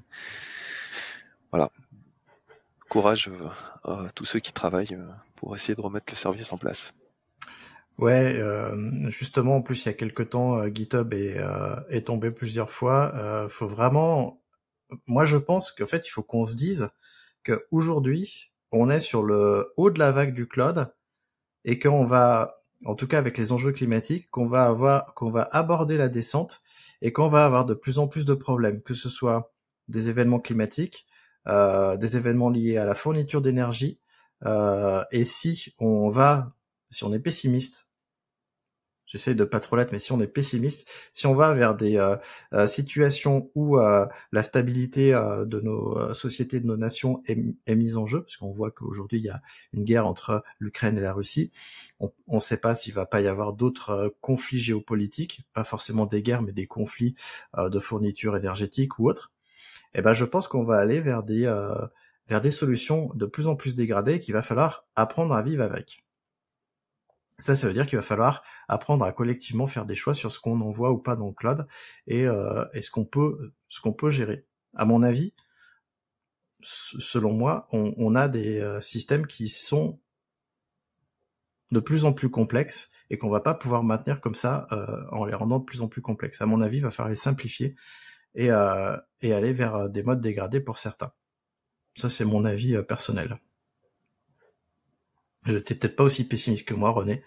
voilà. Courage euh, à tous ceux qui travaillent euh, pour essayer de remettre le service en place. Ouais, euh, justement, en plus, il y a quelques temps, euh, GitHub est, euh, est tombé plusieurs fois. Euh, faut vraiment, moi, je pense qu'en fait, il faut qu'on se dise qu'aujourd'hui, on est sur le haut de la vague du cloud et qu'on va, en tout cas avec les enjeux climatiques, qu'on va avoir, qu'on va aborder la descente et qu'on va avoir de plus en plus de problèmes, que ce soit des événements climatiques, euh, des événements liés à la fourniture d'énergie, euh, et si on va, si on est pessimiste, j'essaie de pas trop l'être, mais si on est pessimiste, si on va vers des euh, euh, situations où euh, la stabilité euh, de nos euh, sociétés, de nos nations est, est mise en jeu, parce qu'on voit qu'aujourd'hui il y a une guerre entre l'Ukraine et la Russie, on ne sait pas s'il va pas y avoir d'autres euh, conflits géopolitiques, pas forcément des guerres, mais des conflits euh, de fourniture énergétique ou autre. Et ben je pense qu'on va aller vers des euh, vers des solutions de plus en plus dégradées qu'il va falloir apprendre à vivre avec. Ça, ça veut dire qu'il va falloir apprendre à collectivement faire des choix sur ce qu'on envoie ou pas dans le cloud et, euh, et ce qu'on peut, ce qu'on peut gérer. À mon avis, selon moi, on, on a des euh, systèmes qui sont de plus en plus complexes et qu'on va pas pouvoir maintenir comme ça euh, en les rendant de plus en plus complexes. À mon avis, il va falloir les simplifier et, euh, et aller vers des modes dégradés pour certains. Ça, c'est mon avis euh, personnel. Je n'étais peut-être pas aussi pessimiste que moi, René.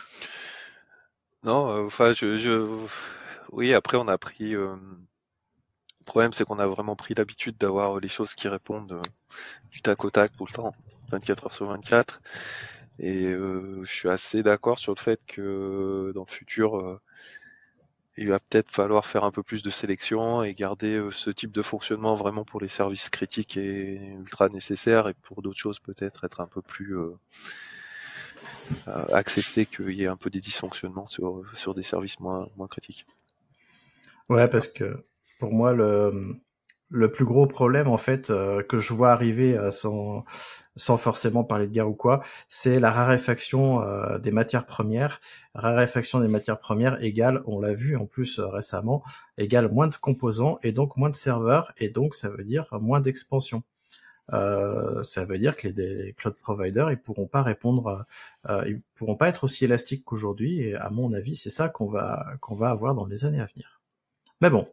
Non, enfin, euh, je, je, oui. Après, on a pris. Euh... Le problème, c'est qu'on a vraiment pris l'habitude d'avoir les choses qui répondent euh, du tac au tac tout le temps, vingt-quatre heures sur vingt-quatre. Et euh, je suis assez d'accord sur le fait que dans le futur, euh, il va peut-être falloir faire un peu plus de sélection et garder euh, ce type de fonctionnement vraiment pour les services critiques et ultra nécessaires, et pour d'autres choses peut-être être un peu plus euh, euh, accepter qu'il y ait un peu des dysfonctionnements sur sur des services moins moins critiques. Ouais, parce que pour moi le le plus gros problème en fait euh, que je vois arriver euh, sans sans forcément parler de guerre ou quoi, c'est la raréfaction euh, des matières premières. Raréfaction des matières premières égale, on l'a vu en plus euh, récemment, égale moins de composants et donc moins de serveurs, et donc ça veut dire moins d'expansion. euh, ça veut dire que les, les cloud providers ils pourront pas répondre, euh, ils pourront pas être aussi élastiques qu'aujourd'hui. Et à mon avis, c'est ça qu'on va qu'on va avoir dans les années à venir. Mais bon,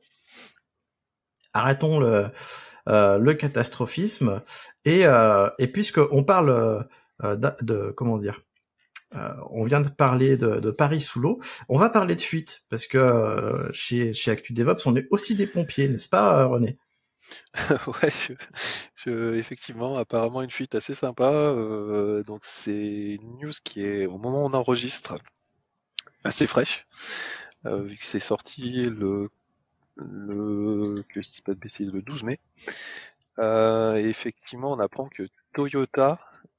arrêtons le euh, le catastrophisme et euh, et puisque on parle euh, de, de comment dire. Euh, on vient de parler de, de Paris sous l'eau. On va parler de fuite parce que euh, chez chez ActuDevOps, on est aussi des pompiers, n'est-ce pas, René? Ouais, je, je- effectivement, apparemment une fuite assez sympa. Euh, donc c'est une news qui est au moment où on enregistre assez fraîche, euh, vu que c'est sorti le le que je dis pas de bêtises, le douze mai. Euh, et effectivement, on apprend que Toyota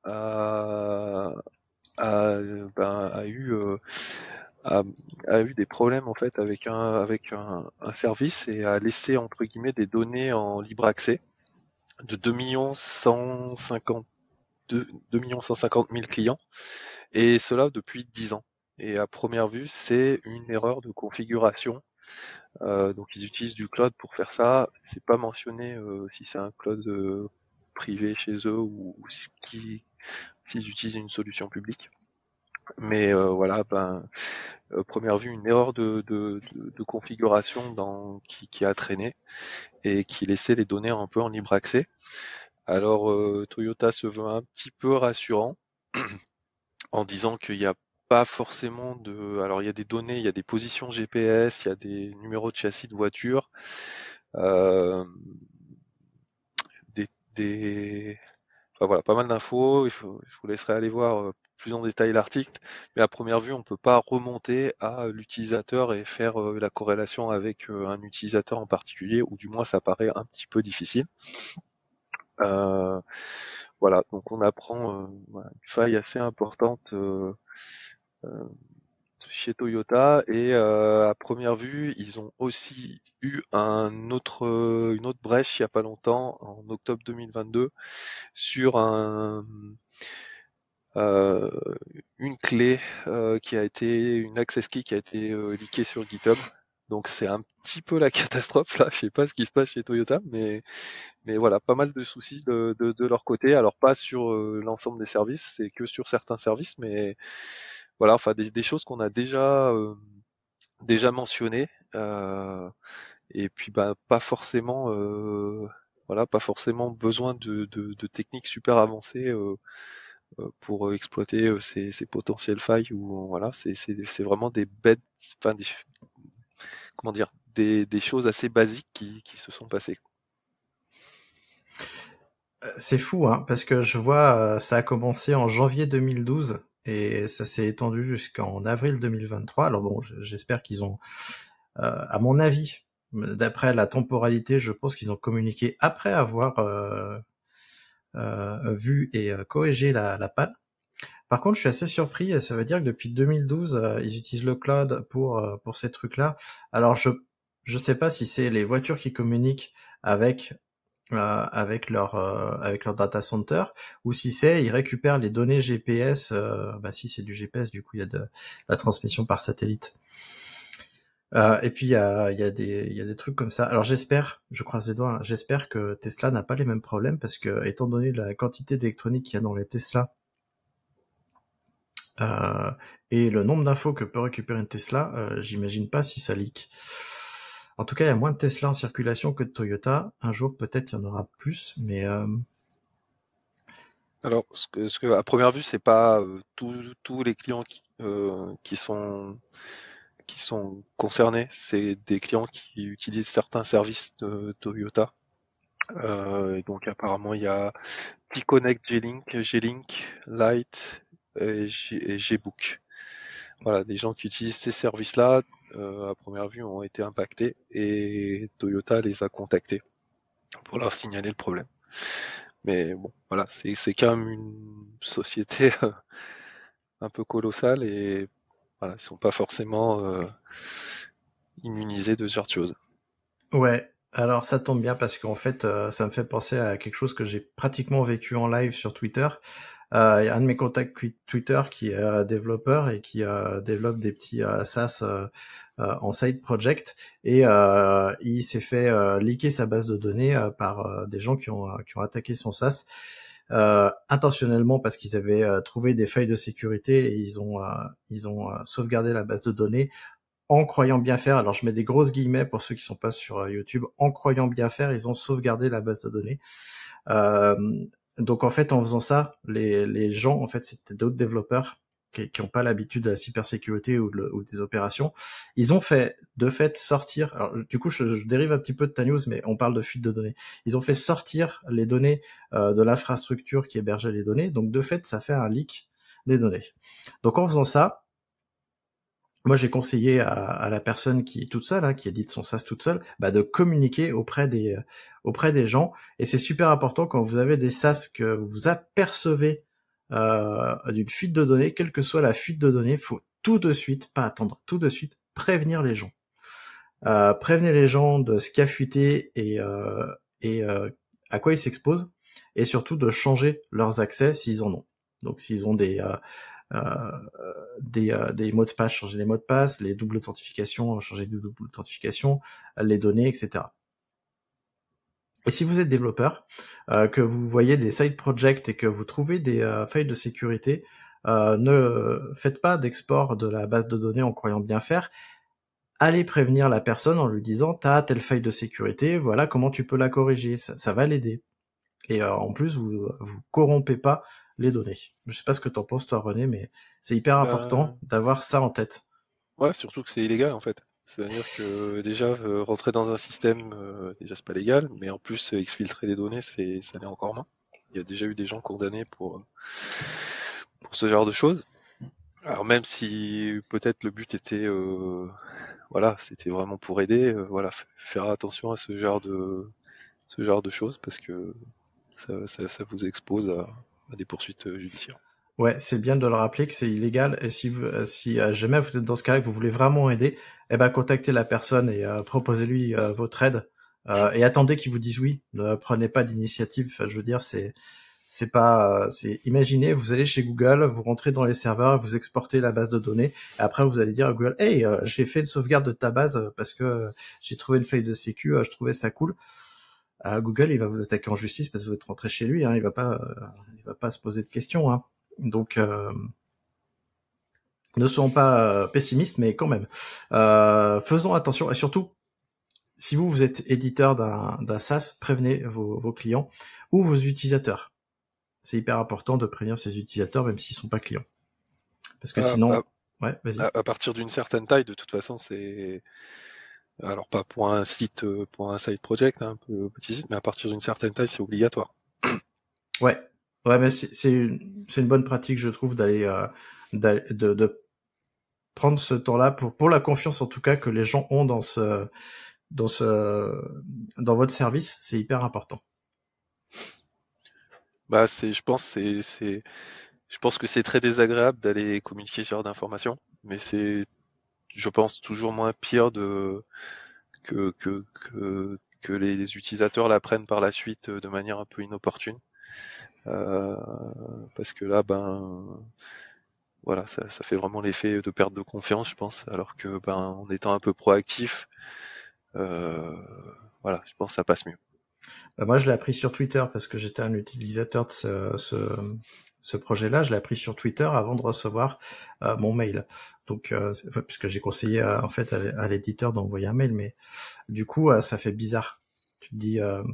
a a, ben, a eu euh, a, a eu des problèmes en fait avec un avec un, un service et a laissé entre guillemets des données en libre accès de deux millions cent cinquante deux millions cent cinquante mille clients, et cela depuis dix ans. Et à première vue, c'est une erreur de configuration. Euh, donc ils utilisent du cloud pour faire ça. C'est pas mentionné euh, si c'est un cloud euh, privé chez eux ou, ou si, qui, s'ils utilisent une solution publique. Mais euh, voilà, ben, euh, première vue, une erreur de, de, de, de configuration dans, qui, qui a traîné et qui laissait les données un peu en libre accès. Alors euh, Toyota se veut un petit peu rassurant en disant qu'il n'y a pas forcément de... Alors il y a des données, il y a des positions G P S, il y a des numéros de châssis de voiture, euh, des, des... Enfin voilà, pas mal d'infos. Il faut... Je vous laisserai aller voir plus en détail l'article, mais à première vue, on peut pas remonter à l'utilisateur et faire euh, la corrélation avec euh, un utilisateur en particulier, ou du moins ça paraît un petit peu difficile. Euh, voilà, donc on apprend euh, voilà, une faille assez importante euh, euh, chez Toyota, et euh, à première vue, ils ont aussi eu un autre, euh, une autre brèche il y a pas longtemps, en octobre deux mille vingt-deux, sur un euh, une clé euh, qui a été, une access key qui a été euh, leakée sur GitHub. Donc c'est un petit peu la catastrophe là. Je sais pas ce qui se passe chez Toyota, mais mais voilà, pas mal de soucis de de, de leur côté. Alors pas sur euh, l'ensemble des services, c'est que sur certains services, mais voilà, enfin des, des choses qu'on a déjà euh, déjà mentionnées. Euh, et puis bah pas forcément euh, voilà, pas forcément besoin de, de, de techniques super avancées euh, pour exploiter euh, ces, ces potentielles failles, ou voilà, c'est c'est c'est vraiment des bêtes, enfin des, comment dire, des, des choses assez basiques qui, qui se sont passées. C'est fou, hein, parce que je vois, euh, ça a commencé en janvier deux mille douze et ça s'est étendu jusqu'en avril deux mille vingt-trois. Alors bon, j'espère qu'ils ont, euh, à mon avis, d'après la temporalité, je pense qu'ils ont communiqué après avoir euh, euh, vu et euh, corrigé la, la panne. Par contre, je suis assez surpris. Ça veut dire que depuis deux mille douze, euh, ils utilisent le cloud pour euh, pour ces trucs-là. Alors je je sais pas si c'est les voitures qui communiquent avec euh, avec leur euh, avec leur data center, ou si c'est ils récupèrent les données G P S. Euh, bah si c'est du G P S, du coup il y a de la transmission par satellite. Euh, et puis il y a il y a des il y a des trucs comme ça. Alors j'espère, je croise les doigts, hein, j'espère que Tesla n'a pas les mêmes problèmes, parce que étant donné la quantité d'électronique qu'il y a dans les Tesla euh, et le nombre d'infos que peut récupérer une Tesla, euh, j'imagine pas si ça leak. En tout cas, il y a moins de Tesla en circulation que de Toyota. Un jour, peut-être, il y en aura plus, mais... Euh... Alors, ce que, ce que, à première vue, c'est pas euh, tous tous les clients qui, euh, qui sont qui sont concernés. C'est des clients qui utilisent certains services de Toyota. Euh, et donc, apparemment, il y a T-Connect, G-Link, G-Link, Lite et, G- et G-Book. Voilà, des gens qui utilisent ces services-là, euh, à première vue, ont été impactés, et Toyota les a contactés pour leur signaler le problème. Mais bon, voilà, c'est c'est quand même une société un peu colossale, et voilà, ils sont pas forcément euh, immunisés de ce genre de choses. Ouais, alors ça tombe bien, parce qu'en fait, euh, ça me fait penser à quelque chose que j'ai pratiquement vécu en live sur Twitter. Euh, il y a un de mes contacts Twitter qui est euh, développeur et qui euh, développe des petits euh, SaaS euh, euh, en side project et euh, il s'est fait euh, leaker sa base de données euh, par euh, des gens qui ont qui ont attaqué son SaaS euh, intentionnellement parce qu'ils avaient euh, trouvé des failles de sécurité et ils ont euh, ils ont euh, sauvegardé la base de données en croyant bien faire. Alors je mets des grosses guillemets pour ceux qui sont pas sur euh, YouTube. En croyant bien faire, ils ont sauvegardé la base de données. Euh, donc en fait, en faisant ça, les les gens, en fait, c'était d'autres développeurs qui qui ont pas l'habitude de la cybersécurité ou, de, ou des opérations. Ils ont fait de fait sortir. Alors du coup, je, je dérive un petit peu de ta news, mais on parle de fuite de données. Ils ont fait sortir les données euh, de l'infrastructure qui hébergeait les données. Donc de fait, ça fait un leak des données. Donc en faisant ça, moi, j'ai conseillé à, à la personne qui est toute seule, hein, qui édite son SaaS toute seule, bah, de communiquer auprès des euh, auprès des gens. Et c'est super important quand vous avez des SaaS que vous apercevez euh, d'une fuite de données, quelle que soit la fuite de données, faut tout de suite, pas attendre, tout de suite prévenir les gens. Euh, prévenez les gens de ce qui a fuité et euh, et euh, à quoi ils s'exposent, et surtout de changer leurs accès s'ils en ont. Donc, s'ils ont des euh, Euh, des, euh, des mots de passe, changer les mots de passe, les doubles authentifications, changer de double authentification, les données, et cetera. Et si vous êtes développeur, euh, que vous voyez des side projects et que vous trouvez des euh, failles de sécurité, euh, ne faites pas d'export de la base de données en croyant bien faire. Allez prévenir la personne en lui disant « t'as telle faille de sécurité, voilà comment tu peux la corriger », ça, ça va l'aider. Et euh, en plus, vous vous corrompez pas les données. Je sais pas ce que t'en penses toi, René, mais c'est hyper important euh... d'avoir ça en tête. Ouais, surtout que c'est illégal en fait. C'est-à-dire que déjà euh, rentrer dans un système, euh, déjà c'est pas légal, mais en plus euh, exfiltrer les données, c'est ça l'est encore moins. Il y a déjà eu des gens condamnés pour pour ce genre de choses. Alors même si peut-être le but était, euh, voilà, c'était vraiment pour aider, euh, voilà, f- faire attention à ce genre de ce genre de choses parce que ça, ça, ça vous expose à, à des poursuites judiciaires. Ouais, c'est bien de le rappeler que c'est illégal. Et si vous, si euh, jamais vous êtes dans ce cas-là que vous voulez vraiment aider, eh ben contactez la personne et euh, proposez-lui euh, votre aide. Euh, et attendez qu'il vous dise oui. Ne prenez pas d'initiative. Enfin, je veux dire, c'est c'est pas, c'est imaginez, vous allez chez Google, vous rentrez dans les serveurs, vous exportez la base de données. Et après, vous allez dire à Google, hey, euh, j'ai fait une sauvegarde de ta base parce que euh, j'ai trouvé une faille de sécu, euh, je trouvais ça cool. Euh, Google, il va vous attaquer en justice parce que vous êtes rentré chez lui. Hein, il va pas, euh, il va pas se poser de questions. Hein. Donc, euh, ne soyons pas euh, pessimistes, mais quand même, euh, faisons attention. Et surtout, si vous, vous êtes éditeur d'un, d'un SaaS, prévenez vos, vos clients ou vos utilisateurs. C'est hyper important de prévenir ses utilisateurs, même s'ils sont pas clients. Parce que ah, sinon... ah, ouais, vas-y. À, à partir d'une certaine taille, de toute façon, c'est... Alors pas pour un site, pour un side project, hein, un peu petit site, mais à partir d'une certaine taille, c'est obligatoire. Ouais. Ouais, mais c'est, c'est, une, c'est une bonne pratique, je trouve, d'aller, euh, d'aller de, de prendre ce temps-là pour pour la confiance, en tout cas, que les gens ont dans ce dans ce dans votre service. C'est hyper important. Bah, c'est, je pense, c'est, c'est, je pense que c'est très désagréable d'aller communiquer ce genre d'informations, mais c'est, je pense, toujours moins pire de que que que que les, les utilisateurs la prennent par la suite de manière un peu inopportune. Euh, parce que là, ben, voilà, ça, ça fait vraiment l'effet de perte de confiance, je pense, alors que, ben, en étant un peu proactif, euh, voilà, je pense que ça passe mieux. Bah moi, je l'ai appris sur Twitter parce que j'étais un utilisateur de ce, ce, ce projet-là. Je l'ai appris sur Twitter avant de recevoir euh, mon mail. Donc, euh, puisque j'ai conseillé euh, en fait à, à l'éditeur d'envoyer un mail, mais du coup, euh, ça fait bizarre. Tu te dis, euh...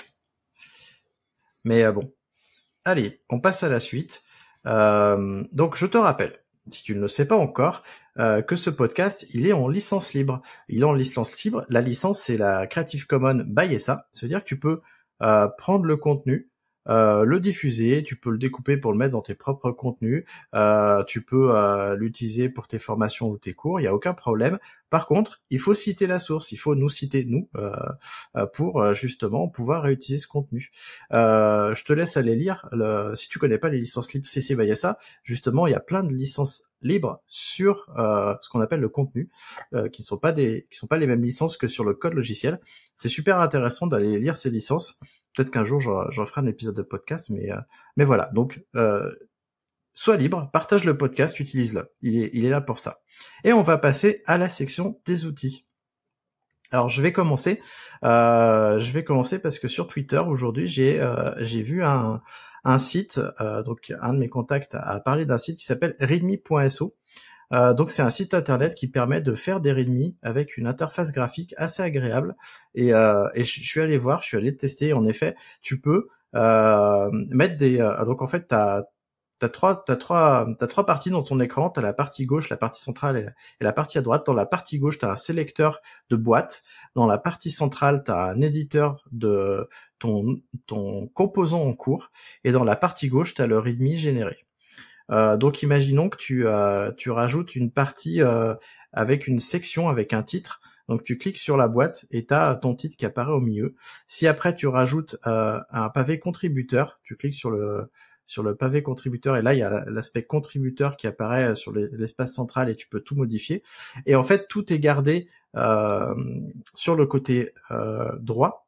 mais euh, bon. Allez, on passe à la suite. Euh, donc, je te rappelle, si tu ne le sais pas encore, euh, que ce podcast, il est en licence libre. Il est en licence libre. La licence, c'est la Creative Commons by S A. C'est-à-dire que tu peux euh, prendre le contenu, euh, le diffuser, tu peux le découper pour le mettre dans tes propres contenus, euh, tu peux euh, l'utiliser pour tes formations ou tes cours, il n'y a aucun problème. Par contre, il faut citer la source, il faut nous citer, nous, euh, pour euh, justement pouvoir réutiliser ce contenu. Euh, je te laisse aller lire, le, si tu connais pas les licences libres C C by S A, justement, il y a plein de licences libres sur euh, ce qu'on appelle le contenu, euh, qui ne sont pas des, qui sont pas les mêmes licences que sur le code logiciel. C'est super intéressant d'aller lire ces licences. Peut-être qu'un jour j'en, j'en ferai un épisode de podcast, mais euh, mais voilà. Donc euh, sois libre, partage le podcast, utilise-le. Il est, il est là pour ça. Et on va passer à la section des outils. Alors je vais commencer, euh, je vais commencer parce que sur Twitter aujourd'hui j'ai euh, j'ai vu un un site, euh, donc un de mes contacts a, a parlé d'un site qui s'appelle readme point so. Euh, donc c'est un site internet qui permet de faire des readme avec une interface graphique assez agréable et euh, et je suis allé voir, je suis allé tester. En effet, tu peux euh, mettre des euh, donc en fait t'as T'as trois, t'as trois, t'as trois parties dans ton écran. T'as la partie gauche, la partie centrale et la, et la partie à droite. Dans la partie gauche, t'as un sélecteur de boîte. Dans la partie centrale, t'as un éditeur de ton, ton composant en cours. Et dans la partie gauche, t'as le readme généré. Euh, donc, imaginons que tu, euh, tu rajoutes une partie euh, avec une section, avec un titre. Donc, tu cliques sur la boîte et t'as ton titre qui apparaît au milieu. Si après, tu rajoutes euh, un pavé contributeur, tu cliques sur le sur le pavé contributeur, et là, il y a l'aspect contributeur qui apparaît sur l'espace central et tu peux tout modifier. Et en fait, tout est gardé euh, sur le côté euh, droit.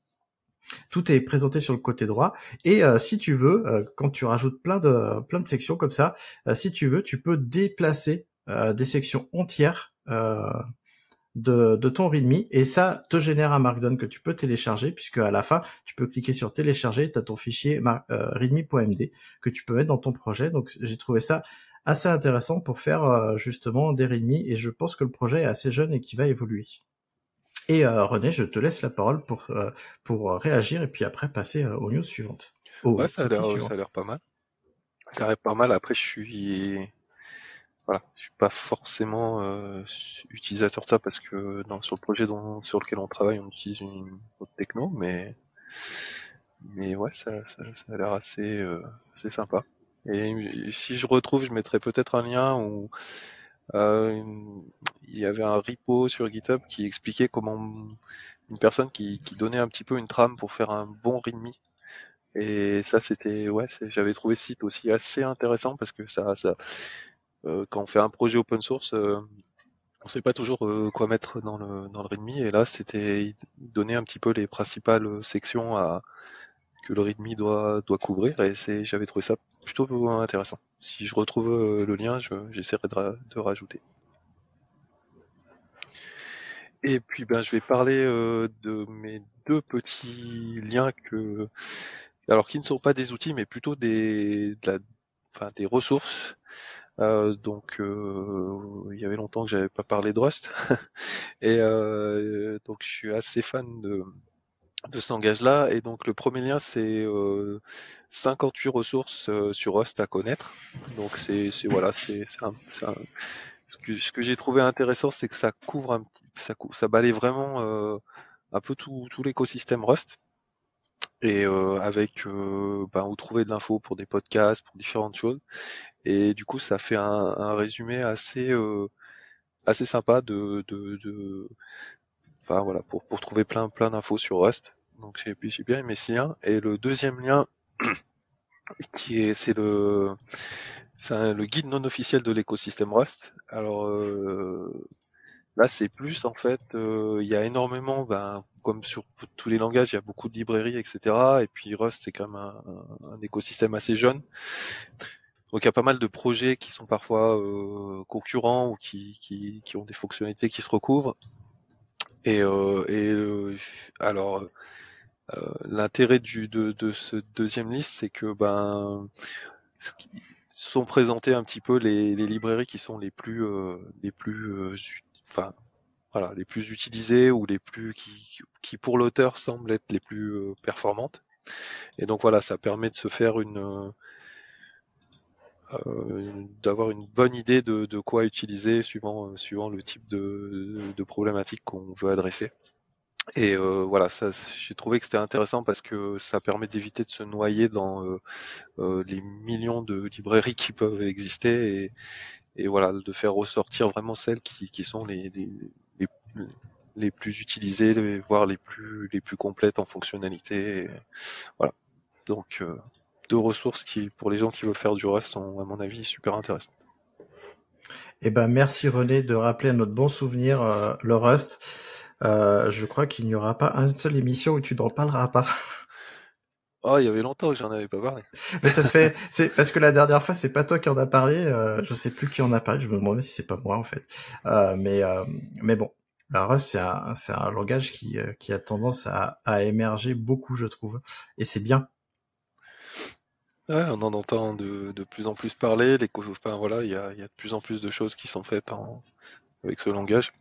Tout est présenté sur le côté droit. Et euh, si tu veux, euh, quand tu rajoutes plein de plein de sections comme ça, euh, si tu veux, tu peux déplacer euh, des sections entières euh, de, de ton readme, et ça te génère un markdown que tu peux télécharger, puisque à la fin tu peux cliquer sur télécharger, tu as ton fichier euh, readme point m d que tu peux mettre dans ton projet. Donc j'ai trouvé ça assez intéressant pour faire euh, justement des readme, et je pense que le projet est assez jeune et qui va évoluer. Et euh, René, je te laisse la parole pour euh, pour réagir et puis après passer euh, aux news suivantes. Aux ouais, ça a l'air suivants. ça a l'air pas mal. Ça a l'air pas mal. Après, je suis Voilà, je suis pas forcément euh, utilisateur de ça parce que dans, sur le projet dont, sur lequel on travaille, on utilise une autre techno, mais mais ouais, ça, ça, ça a l'air assez, euh, assez sympa. Et si je retrouve, je mettrai peut-être un lien où euh, une, il y avait un repo sur GitHub qui expliquait comment une personne qui, qui donnait un petit peu une trame pour faire un bon readme. Et ça, c'était ouais, j'avais trouvé ce site aussi assez intéressant parce que ça, ça Euh, quand on fait un projet open source, euh, on sait pas toujours euh, quoi mettre dans le dans le readme, et là c'était donner un petit peu les principales sections à que le readme doit doit couvrir, et c'est j'avais trouvé ça plutôt intéressant. Si je retrouve euh, le lien, je, j'essaierai de, ra- de rajouter. Et puis ben je vais parler euh, de mes deux petits liens que alors qui ne sont pas des outils mais plutôt des de la, enfin des ressources. Euh, donc euh, il y avait longtemps que j'avais pas parlé de Rust et euh, donc je suis assez fan de de cet langage-là, et donc le premier lien c'est euh, cinquante-huit ressources euh, sur Rust à connaître. Donc c'est c'est voilà c'est c'est un, c'est un, ce que ce que j'ai trouvé intéressant, c'est que ça couvre un petit ça ça balaye vraiment euh, un peu tout tout l'écosystème Rust. Et euh, avec euh, ben, où trouver de l'info pour des podcasts, pour différentes choses. Et du coup, ça fait un, un résumé assez euh, assez sympa de de, de enfin voilà pour pour trouver plein plein d'infos sur Rust. Donc j'ai j'ai bien aimé ce lien. Et le deuxième lien qui est c'est le c'est un, le guide non officiel de l'écosystème Rust. Alors euh, là c'est plus en fait il euh, y a énormément ben comme sur tous les langages il y a beaucoup de librairies etc. Et puis Rust c'est quand même un, un, un écosystème assez jeune. Donc il y a pas mal de projets qui sont parfois euh, concurrents ou qui, qui, qui ont des fonctionnalités qui se recouvrent. Et, euh, et euh, alors euh, l'intérêt du de, de ce deuxième liste, c'est que ben sont présentées un petit peu les, les librairies qui sont les plus euh, les plus euh, enfin voilà les plus utilisées ou les plus qui, qui pour l'auteur semblent être les plus euh, performantes. Et donc voilà, ça permet de se faire une euh, Euh, d'avoir une bonne idée de, de quoi utiliser suivant euh, suivant le type de, de problématique qu'on veut adresser. Et euh, voilà, ça, j'ai trouvé que c'était intéressant parce que ça permet d'éviter de se noyer dans euh, euh, les millions de librairies qui peuvent exister, et, et voilà, de faire ressortir vraiment celles qui, qui sont les, les, les, les plus utilisées, les, voire les plus les plus complètes en fonctionnalité. Et voilà, donc euh, deux ressources qui, pour les gens qui veulent faire du Rust, sont à mon avis super intéressantes. Eh ben merci René de rappeler à notre bon souvenir euh, le Rust. Euh, je crois qu'il n'y aura pas une seule émission où tu n'en parleras pas. Oh, il y avait longtemps que j'en avais pas parlé. Mais ça fait, c'est parce que la dernière fois, c'est pas toi qui en a parlé. Euh, je sais plus qui en a parlé. Je me demandais si c'est pas moi en fait. Euh, mais euh, mais bon, la Rust c'est un c'est un langage qui euh, qui a tendance à à émerger beaucoup, je trouve, et c'est bien. Ouais, on en entend de, de plus en plus parler. Les, co- enfin voilà, il y a, il y a de plus en plus de choses qui sont faites en, avec ce langage.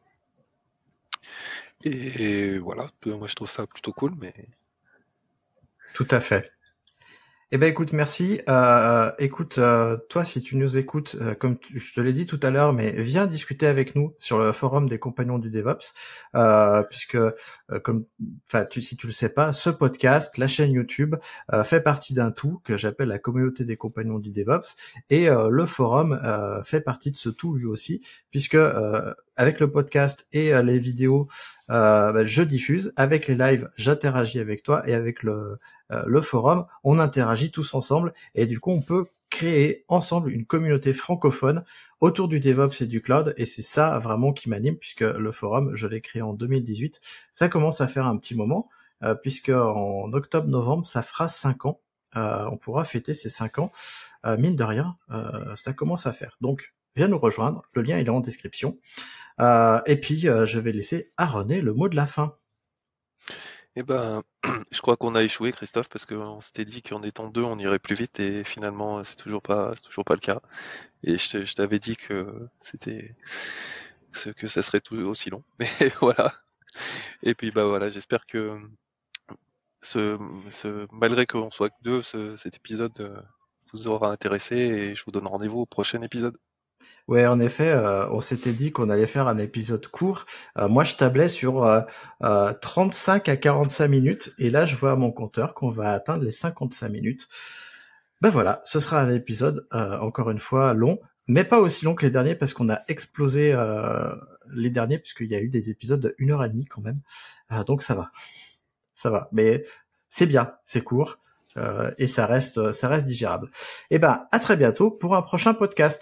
Et, et voilà, moi je trouve ça plutôt cool, mais Tout à fait. Eh ben écoute, merci. Euh, écoute, euh, toi, si tu nous écoutes, euh, comme tu- je te l'ai dit tout à l'heure, mais viens discuter avec nous sur le forum des compagnons du DevOps, euh, puisque, euh, comme, enfin, tu, si tu le sais pas, ce podcast, la chaîne YouTube, euh, fait partie d'un tout que j'appelle la communauté des compagnons du DevOps, et euh, le forum euh, fait partie de ce tout lui aussi, puisque euh, avec le podcast et euh, les vidéos, euh, bah, je diffuse, avec les lives, j'interagis avec toi, et avec le Euh, le forum, on interagit tous ensemble et du coup on peut créer ensemble une communauté francophone autour du DevOps et du cloud, et c'est ça vraiment qui m'anime, puisque le forum, je l'ai créé en deux mille dix-huit, ça commence à faire un petit moment, euh, puisque en octobre-novembre ça fera cinq ans, euh, on pourra fêter ces cinq ans, euh, mine de rien, euh, ça commence à faire. Donc viens nous rejoindre, le lien il est en description, euh, et puis euh, je vais laisser à René le mot de la fin. eh ben, je crois qu'on a échoué, Christophe, parce qu'on s'était dit qu'en étant deux, on irait plus vite, et finalement, c'est toujours pas, c'est toujours pas le cas. Et je, je t'avais dit que c'était, que ça serait tout aussi long. Mais voilà. Et puis bah voilà, j'espère que ce, ce malgré qu'on soit que deux, ce, cet épisode euh, vous aura intéressé, et je vous donne rendez-vous au prochain épisode. Ouais, en effet, euh, on s'était dit qu'on allait faire un épisode court. Euh, moi, je tablais sur euh, euh, trente-cinq à quarante-cinq minutes, et là, je vois à mon compteur qu'on va atteindre les cinquante-cinq minutes. Ben voilà, ce sera un épisode, euh, encore une fois, long, mais pas aussi long que les derniers, parce qu'on a explosé euh, les derniers, puisqu'il y a eu des épisodes de une heure et demie quand même. Euh, donc ça va, ça va. Mais c'est bien, c'est court, euh, et ça reste, ça reste digérable. Et ben, à très bientôt pour un prochain podcast.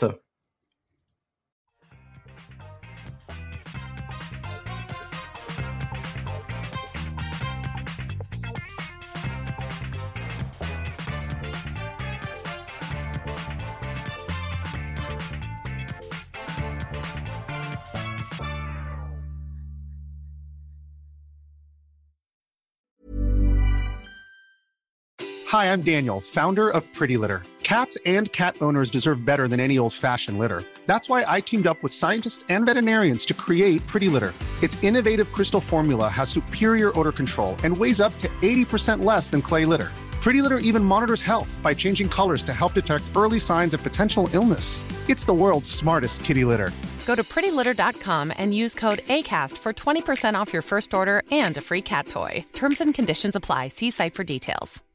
Hi, I'm Daniel, founder of Pretty Litter. Cats and cat owners deserve better than any old-fashioned litter. That's why I teamed up with scientists and veterinarians to create Pretty Litter. Its innovative crystal formula has superior odor control and weighs up to eighty percent less than clay litter. Pretty Litter even monitors health by changing colors to help detect early signs of potential illness. It's the world's smartest kitty litter. Go to pretty litter dot com and use code ACAST for twenty percent off your first order and a free cat toy. Terms and conditions apply. See site for details.